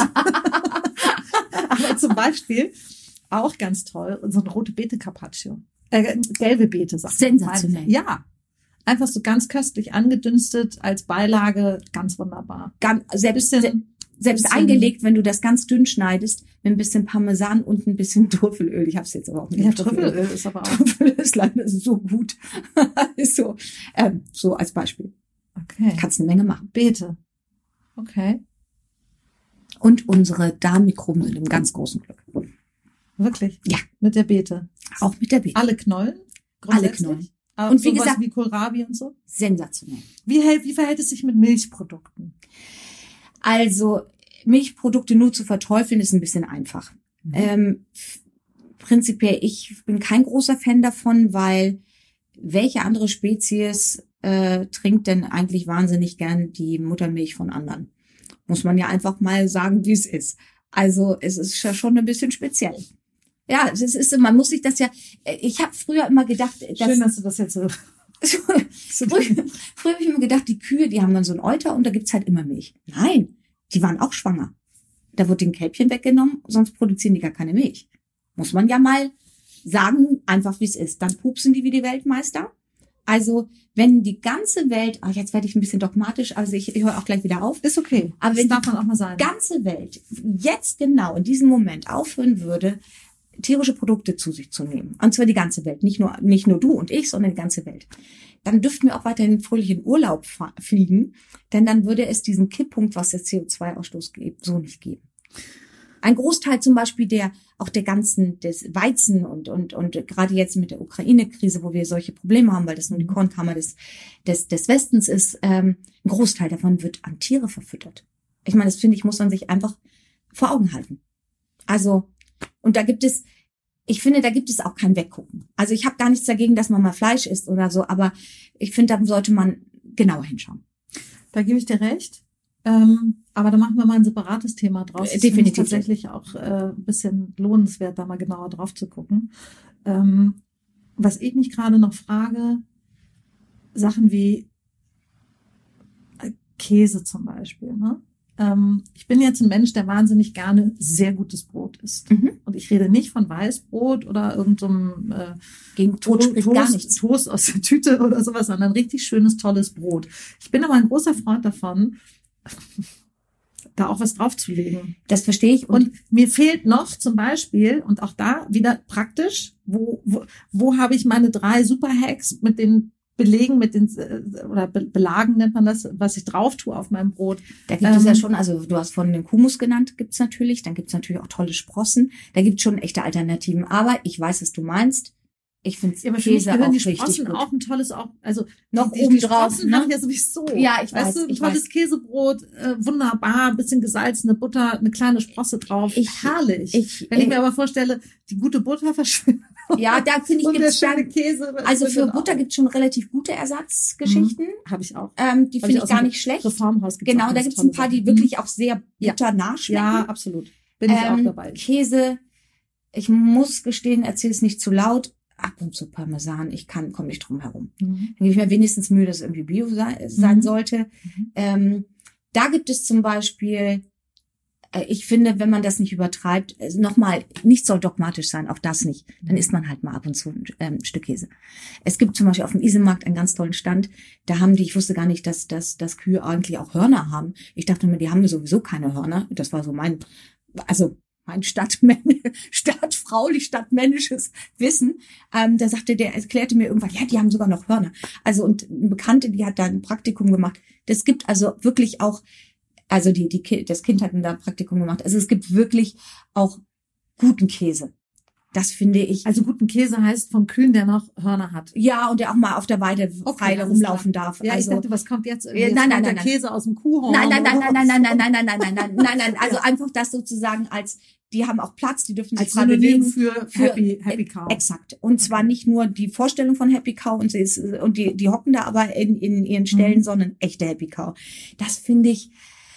Aber zum Beispiel auch ganz toll, so ein rote Beete Carpaccio. Äh, gelbe Beete, sagt man. Sensationell. Ja. Einfach so ganz köstlich angedünstet als Beilage, ganz wunderbar. Ganz, selbst, bisschen, selbst bisschen, eingelegt, wenn du das ganz dünn schneidest, mit ein bisschen Parmesan und ein bisschen Trüffelöl. Ich habe es jetzt aber auch nicht. Ja, Trüffelöl ist aber auch. Trüffelöl ist leider so gut. ist so, ähm, so als Beispiel. Okay. Kannst eine Menge machen. Beete. Okay. Und unsere Darmmikroben sind im ganz großen Glück. Wirklich? Ja. Mit der Beete? Auch mit der Beete. Alle Knollen? Alle Knollen. Aber und wie sowas gesagt, wie Kohlrabi und so? Sensationell. Wie, hält, wie verhält es sich mit Milchprodukten? Also Milchprodukte nur zu verteufeln ist ein bisschen einfach. Mhm. Ähm, prinzipiell, ich bin kein großer Fan davon, weil welche andere Spezies äh, trinkt denn eigentlich wahnsinnig gern die Muttermilch von anderen? Muss man ja einfach mal sagen, wie es ist. Also es ist ja schon ein bisschen speziell. Ja, es ist, man muss sich das ja, ich habe früher immer gedacht, dass, schön, dass du das jetzt so. früher früher habe ich immer gedacht, die Kühe, die haben dann so einen Euter und da gibt's halt immer Milch. Nein, die waren auch schwanger. Da wird den Kälbchen weggenommen, sonst produzieren die gar keine Milch. Muss man ja mal sagen, einfach wie es ist. Dann pupsen die wie die Weltmeister. Also wenn die ganze Welt, ach, jetzt werde ich ein bisschen dogmatisch, also ich, ich höre auch gleich wieder auf. Ist okay. Aber wenn das darf man auch mal sagen. Die ganze Welt jetzt genau in diesem Moment aufhören würde, tierische Produkte zu sich zu nehmen, und zwar die ganze Welt, nicht nur nicht nur du und ich, sondern die ganze Welt, dann dürften wir auch weiterhin fröhlich in Urlaub fliegen, denn dann würde es diesen Kipppunkt, was der C O zwei Ausstoß gibt, so nicht geben. Ein Großteil zum Beispiel der auch der ganzen des Weizen und und und gerade jetzt mit der Ukraine-Krise, wo wir solche Probleme haben, weil das nur die Kornkammer des des des Westens ist, ähm, ein Großteil davon wird an Tiere verfüttert. Ich meine, das finde ich, muss man sich einfach vor Augen halten. Also und da gibt es, ich finde, da gibt es auch kein Weggucken. Also ich habe gar nichts dagegen, dass man mal Fleisch isst oder so, aber ich finde, da sollte man genauer hinschauen. Da gebe ich dir recht. Ähm, aber da machen wir mal ein separates Thema draus. Das definitiv. Ist tatsächlich auch äh, ein bisschen lohnenswert, da mal genauer drauf zu gucken. Ähm, was ich mich gerade noch frage, Sachen wie Käse zum Beispiel, ne? Ich bin jetzt ein Mensch, der wahnsinnig gerne sehr gutes Brot isst. Mhm. Und ich rede nicht von Weißbrot oder irgendeinem äh, gegen Brot spricht Toast, gar nichts. Toast aus der Tüte oder sowas, sondern richtig schönes, tolles Brot. Ich bin aber ein großer Freund davon, da auch was draufzulegen. Das verstehe ich. Und, und mir fehlt noch zum Beispiel, und auch da wieder praktisch, wo, wo, wo habe ich meine drei Super-Hacks mit den Belegen, mit den, oder Belagen nennt man das, was ich drauf tue auf meinem Brot. Da gibt ähm, es ja schon, also du hast vorhin den Hummus genannt, gibt's natürlich, dann gibt's natürlich auch tolle Sprossen, da gibt's schon echte Alternativen, aber ich weiß, was du meinst. Ich finde ja, Käse auch die richtig Sprossen gut. Auch ein tolles, auch, also noch die, oben die drauf, Sprossen ne? habe ich ja sowieso. Ja, ich weißt weiß, du, ein ich tolles weiß. Käsebrot, äh, wunderbar, bisschen gesalzene Butter, eine kleine Sprosse drauf, ich, herrlich. Ich, Wenn ich äh, mir aber vorstelle, die gute Butter verschwindet. Ja, da finde ich und gibt's der schöne dann, Käse. also für Butter gibt's schon relativ gute Ersatzgeschichten. Mhm, habe ich auch. Ähm, die finde ich gar nicht schlecht. Reformhaus gibt's genau, da gibt's ein paar, die wirklich auch sehr butternah schmecken. Ja, absolut. Bin ich ähm, auch dabei. Käse, ich muss gestehen, erzähl es nicht zu laut. Ab und zu Parmesan, ich kann, komme nicht drum herum. Mhm. Dann gebe ich mir wenigstens Mühe, dass es irgendwie Bio sei, sein mhm. sollte. Mhm. Ähm, da gibt es zum Beispiel, äh, ich finde, wenn man das nicht übertreibt, also nochmal, nicht soll dogmatisch sein, auch das nicht, dann isst man halt mal ab und zu ein, ähm, ein Stück Käse. Es gibt zum Beispiel auf dem Isemarkt einen ganz tollen Stand, da haben die, ich wusste gar nicht, dass, dass, dass Kühe eigentlich auch Hörner haben. Ich dachte mir, die haben sowieso keine Hörner. Das war so mein, also mein Stadtmänn- stadtfraulich, stadtmännisches Wissen. Ähm, da sagte, der erklärte mir irgendwann, ja, die haben sogar noch Hörner. Also und eine Bekannte, die hat da ein Praktikum gemacht. Das gibt also wirklich auch, also die, die, das Kind hat da ein Praktikum gemacht. Also es gibt wirklich auch guten Käse. Das finde ich. Also guten Käse heißt von Kühen, der noch Hörner hat. Ja, und der auch mal auf der Weide frei okay, rumlaufen darf. Ja, also, ich dachte, was kommt jetzt? Irgendwie? Jetzt nein, nein, der nein, Käse nein. aus dem Kuhhorn. Nein, nein, nein, nein, nein, nein, nein, nein, nein, nein, nein, nein, nein, nein. Also ja. Einfach das sozusagen als, die haben auch Platz, die dürfen sich als Synonym für, für Happy, Happy Cow. Exakt. Und zwar nicht nur die Vorstellung von Happy Cow und sie ist, und die, die hocken da aber in, in ihren Stellen, mhm. sondern echte Happy Cow. Das finde ich,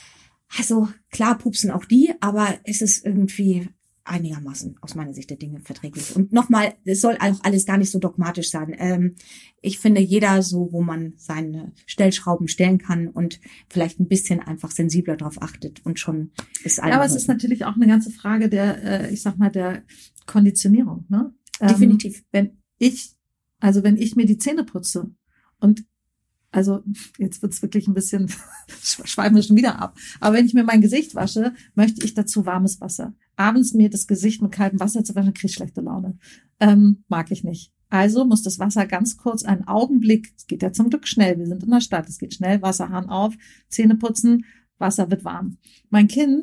also klar pupsen auch die, aber es ist irgendwie einigermaßen aus meiner Sicht der Dinge verträglich. Und nochmal, es soll auch alles gar nicht so dogmatisch sein. Ähm, ich finde, jeder so, wo man seine Stellschrauben stellen kann und vielleicht ein bisschen einfach sensibler drauf achtet und schon ist alles. Ja, aber es ist natürlich auch eine ganze Frage der, äh, ich sag mal, der Konditionierung, ne? Definitiv. Ähm, wenn ich, also wenn ich mir die Zähne putze und also jetzt wird's wirklich ein bisschen, schweifen wir schon wieder ab. Aber wenn ich mir mein Gesicht wasche, möchte ich dazu warmes Wasser. Abends mir das Gesicht mit kaltem Wasser zu waschen, kriege ich schlechte Laune. Ähm, mag ich nicht. Also muss das Wasser ganz kurz einen Augenblick, es geht ja zum Glück schnell, wir sind in der Stadt, es geht schnell, Wasserhahn auf, Zähne putzen, Wasser wird warm. Mein Kind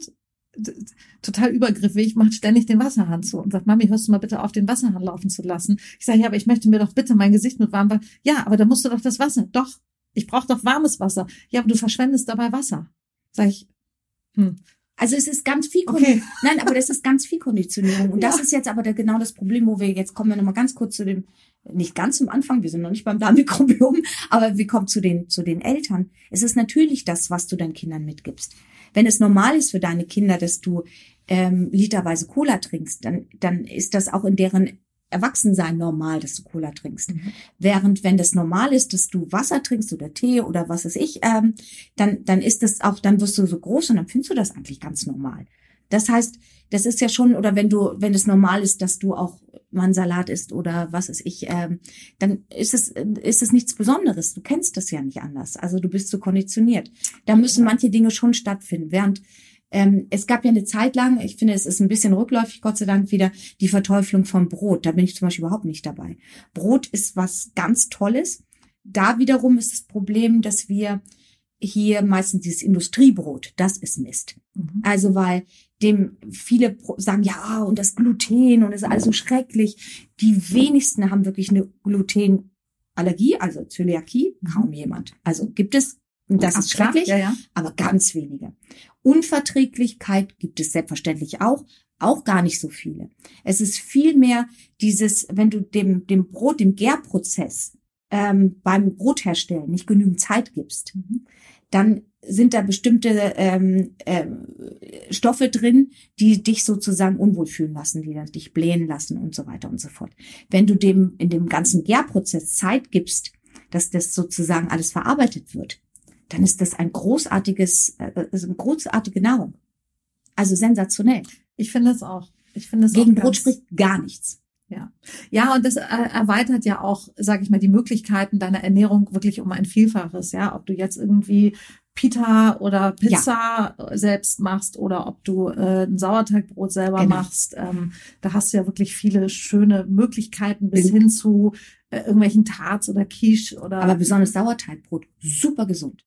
total übergriffig, macht ständig den Wasserhahn zu und sagt, Mami, hörst du mal bitte auf, den Wasserhahn laufen zu lassen? Ich sage, ja, aber ich möchte mir doch bitte mein Gesicht mit warmem Wasser. Ja, aber da musst du doch das Wasser. Doch, ich brauche doch warmes Wasser. Ja, aber du verschwendest dabei Wasser. Sag ich, hm. Also es ist ganz viel Konditionierung. Okay. Nein, aber das ist ganz viel Konditionierung. Und Ja. das ist jetzt aber der, genau das Problem, wo wir jetzt kommen wir nochmal ganz kurz zu dem, nicht ganz zum Anfang, wir sind noch nicht beim Darmmikrobiom, aber wir kommen zu den, zu den Eltern. Es ist natürlich das, was du deinen Kindern mitgibst. Wenn es normal ist für deine Kinder, dass du ähm, literweise Cola trinkst, dann, dann ist das auch in deren Erwachsensein normal, dass du Cola trinkst. Mhm. Während wenn das normal ist, dass du Wasser trinkst oder Tee oder was weiß ich, ähm, dann dann ist das auch, dann wirst du so groß und dann findest du das eigentlich ganz normal. Das heißt, das ist ja schon, oder wenn du, wenn es normal ist, dass du auch mal einen Salat isst oder was weiß ich, ähm, dann ist es ist es nichts Besonderes. Du kennst das ja nicht anders. Also du bist so konditioniert. Da müssen manche Dinge schon stattfinden. Während Ähm, es gab ja eine Zeit lang, ich finde, es ist ein bisschen rückläufig, Gott sei Dank wieder, die Verteuflung von Brot. Da bin ich zum Beispiel überhaupt nicht dabei. Brot ist was ganz Tolles. Da wiederum ist das Problem, dass wir hier meistens dieses Industriebrot, das ist Mist. Mhm. Also weil dem viele sagen, ja, und das Gluten und das ist alles so schrecklich. Die wenigsten haben wirklich eine Glutenallergie, also Zöliakie, mhm. kaum jemand. Also gibt es. Und das Ach, ist schrecklich, ja, ja. aber ganz wenige. Unverträglichkeit gibt es selbstverständlich auch, auch gar nicht so viele. Es ist vielmehr dieses, wenn du dem dem Brot, dem Gärprozess ähm, beim Brotherstellen nicht genügend Zeit gibst, mhm. dann sind da bestimmte ähm, äh, Stoffe drin, die dich sozusagen unwohl fühlen lassen, die dich blähen lassen und so weiter und so fort. Wenn du dem in dem ganzen Gärprozess Zeit gibst, dass das sozusagen alles verarbeitet wird, dann ist das ein großartiges, äh, eine großartige Nahrung. Also sensationell. Ich finde es auch. Ich finde es Gegen auch Brot spricht gar nichts. Ja, ja, und das äh, erweitert ja auch, sage ich mal, die Möglichkeiten deiner Ernährung wirklich um ein Vielfaches. Ja, ob du jetzt irgendwie Pita oder Pizza ja. selbst machst oder ob du äh, ein Sauerteigbrot selber genau. machst. Ähm, da hast du ja wirklich viele schöne Möglichkeiten bis mhm. hin zu äh, irgendwelchen Tarts oder Quiche oder. Aber besonders Sauerteigbrot, super gesund.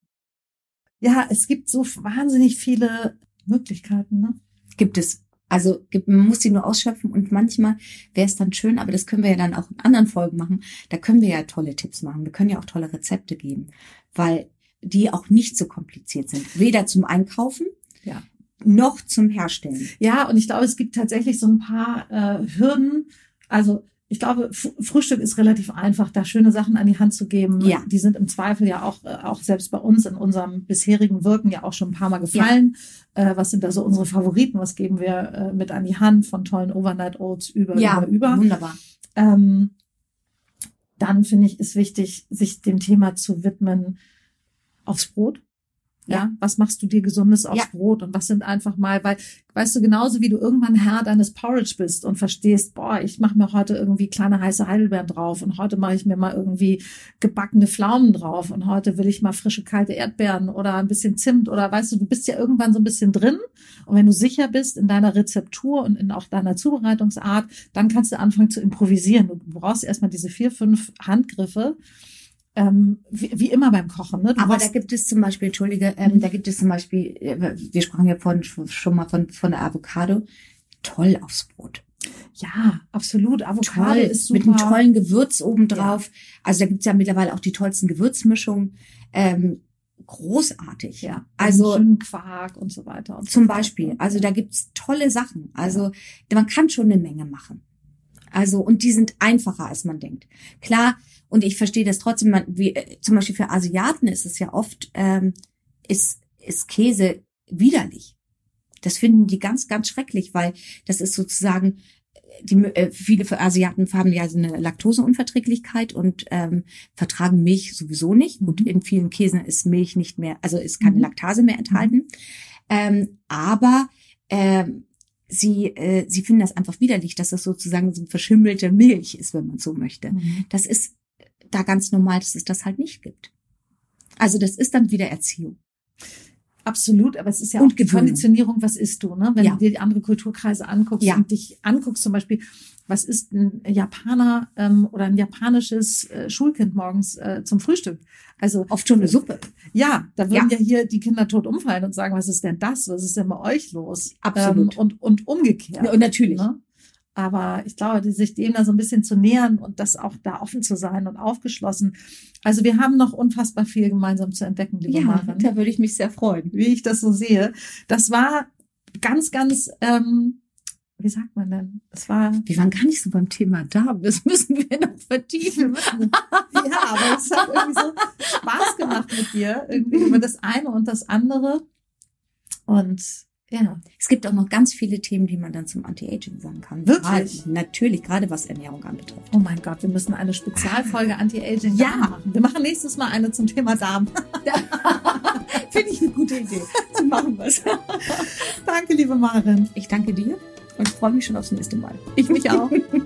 Ja, es gibt so wahnsinnig viele Möglichkeiten, ne? Gibt es. Also gibt, man muss sie nur ausschöpfen und manchmal wäre es dann schön, aber das können wir ja dann auch in anderen Folgen machen. Da können wir ja tolle Tipps machen. Wir können ja auch tolle Rezepte geben, weil die auch nicht so kompliziert sind. Weder zum Einkaufen ja. noch zum Herstellen. Ja, und ich glaube, es gibt tatsächlich so ein paar äh, Hürden. Also ich glaube, F- Frühstück ist relativ einfach, da schöne Sachen an die Hand zu geben. Ja. Die sind im Zweifel ja auch, äh, auch selbst bei uns in unserem bisherigen Wirken ja auch schon ein paar Mal gefallen. Ja. Äh, was sind da so unsere Favoriten? Was geben wir äh, mit an die Hand von tollen Overnight Oats über, ja, über, über? Wunderbar. Ähm, dann finde ich, ist wichtig, sich dem Thema zu widmen aufs Brot. Ja. ja, was machst du dir Gesundes aufs ja. Brot und was sind einfach mal, weil, weißt du, genauso wie du irgendwann Herr deines Porridge bist und verstehst, boah, ich mache mir heute irgendwie kleine heiße Heidelbeeren drauf und heute mache ich mir mal irgendwie gebackene Pflaumen drauf und heute will ich mal frische kalte Erdbeeren oder ein bisschen Zimt oder weißt du, du bist ja irgendwann so ein bisschen drin und wenn du sicher bist in deiner Rezeptur und in auch deiner Zubereitungsart, dann kannst du anfangen zu improvisieren. Du brauchst erstmal diese vier, fünf Handgriffe, Ähm, wie, wie immer beim Kochen, ne? Du Aber da gibt es zum Beispiel, Entschuldige, ähm, da gibt es zum Beispiel, äh, wir sprachen ja vorhin schon mal von von der Avocado, toll aufs Brot. Ja, absolut. Avocado toll, ist super. Mit einem tollen Gewürz obendrauf. Ja. Also da gibt's ja mittlerweile auch die tollsten Gewürzmischungen. Ähm, großartig. Ja, also schönen Quark und so weiter. Und zum so Beispiel. weiter. Also da gibt's tolle Sachen. Also ja. man kann schon eine Menge machen. Also und die sind einfacher, als man denkt. Klar. Und ich verstehe das trotzdem, man, wie, zum Beispiel für Asiaten ist es ja oft, ähm, ist, ist Käse widerlich. Das finden die ganz, ganz schrecklich, weil das ist sozusagen, die äh, viele für Asiaten haben ja so eine Laktoseunverträglichkeit und ähm, vertragen Milch sowieso nicht. Mhm. Und in vielen Käsen ist Milch nicht mehr, also ist keine mhm. Laktase mehr enthalten. Mhm. Ähm, aber ähm, Sie, äh, sie finden das einfach widerlich, dass das sozusagen so verschimmelte Milch ist, wenn man so möchte. Mhm. Das ist da ganz normal, dass es das halt nicht gibt. Also das ist dann wieder Erziehung. Absolut, aber es ist ja und auch die Konditionierung, was isst du, ne? Wenn ja. du dir die andere Kulturkreise anguckst ja. und dich anguckst, zum Beispiel, was isst ein Japaner ähm, oder ein japanisches äh, Schulkind morgens äh, zum Frühstück? Also oft schon eine Suppe. Ja, da würden ja. Ja. hier die Kinder tot umfallen und sagen, was ist denn das? Was ist denn bei euch los? Absolut. Ähm, und, und umgekehrt. Ja, und natürlich. Ne? Aber ich glaube, die, sich dem da so ein bisschen zu nähern und das auch da offen zu sein und aufgeschlossen. Also wir haben noch unfassbar viel gemeinsam zu entdecken, liebe Ja, Maren. da würde ich mich sehr freuen. Wie ich das so sehe. Das war ganz, ganz, ähm, wie sagt man denn? Es war. Wir waren gar nicht so beim Thema da. Das müssen wir noch vertiefen. Ja, aber es hat irgendwie so Spaß gemacht mit dir. Irgendwie über das eine und das andere. Und ja. Es gibt auch noch ganz viele Themen, die man dann zum Anti-Aging sagen kann. Wirklich? Gerade, natürlich, gerade was Ernährung anbetrifft. Oh mein Gott, wir müssen eine Spezialfolge Anti-Aging Ja. Darm machen. Wir machen nächstes Mal eine zum Thema Darm. Finde ich eine gute Idee. So machen wir es. Danke, liebe Maren. Ich danke dir und freue mich schon aufs nächste Mal. Ich mich auch.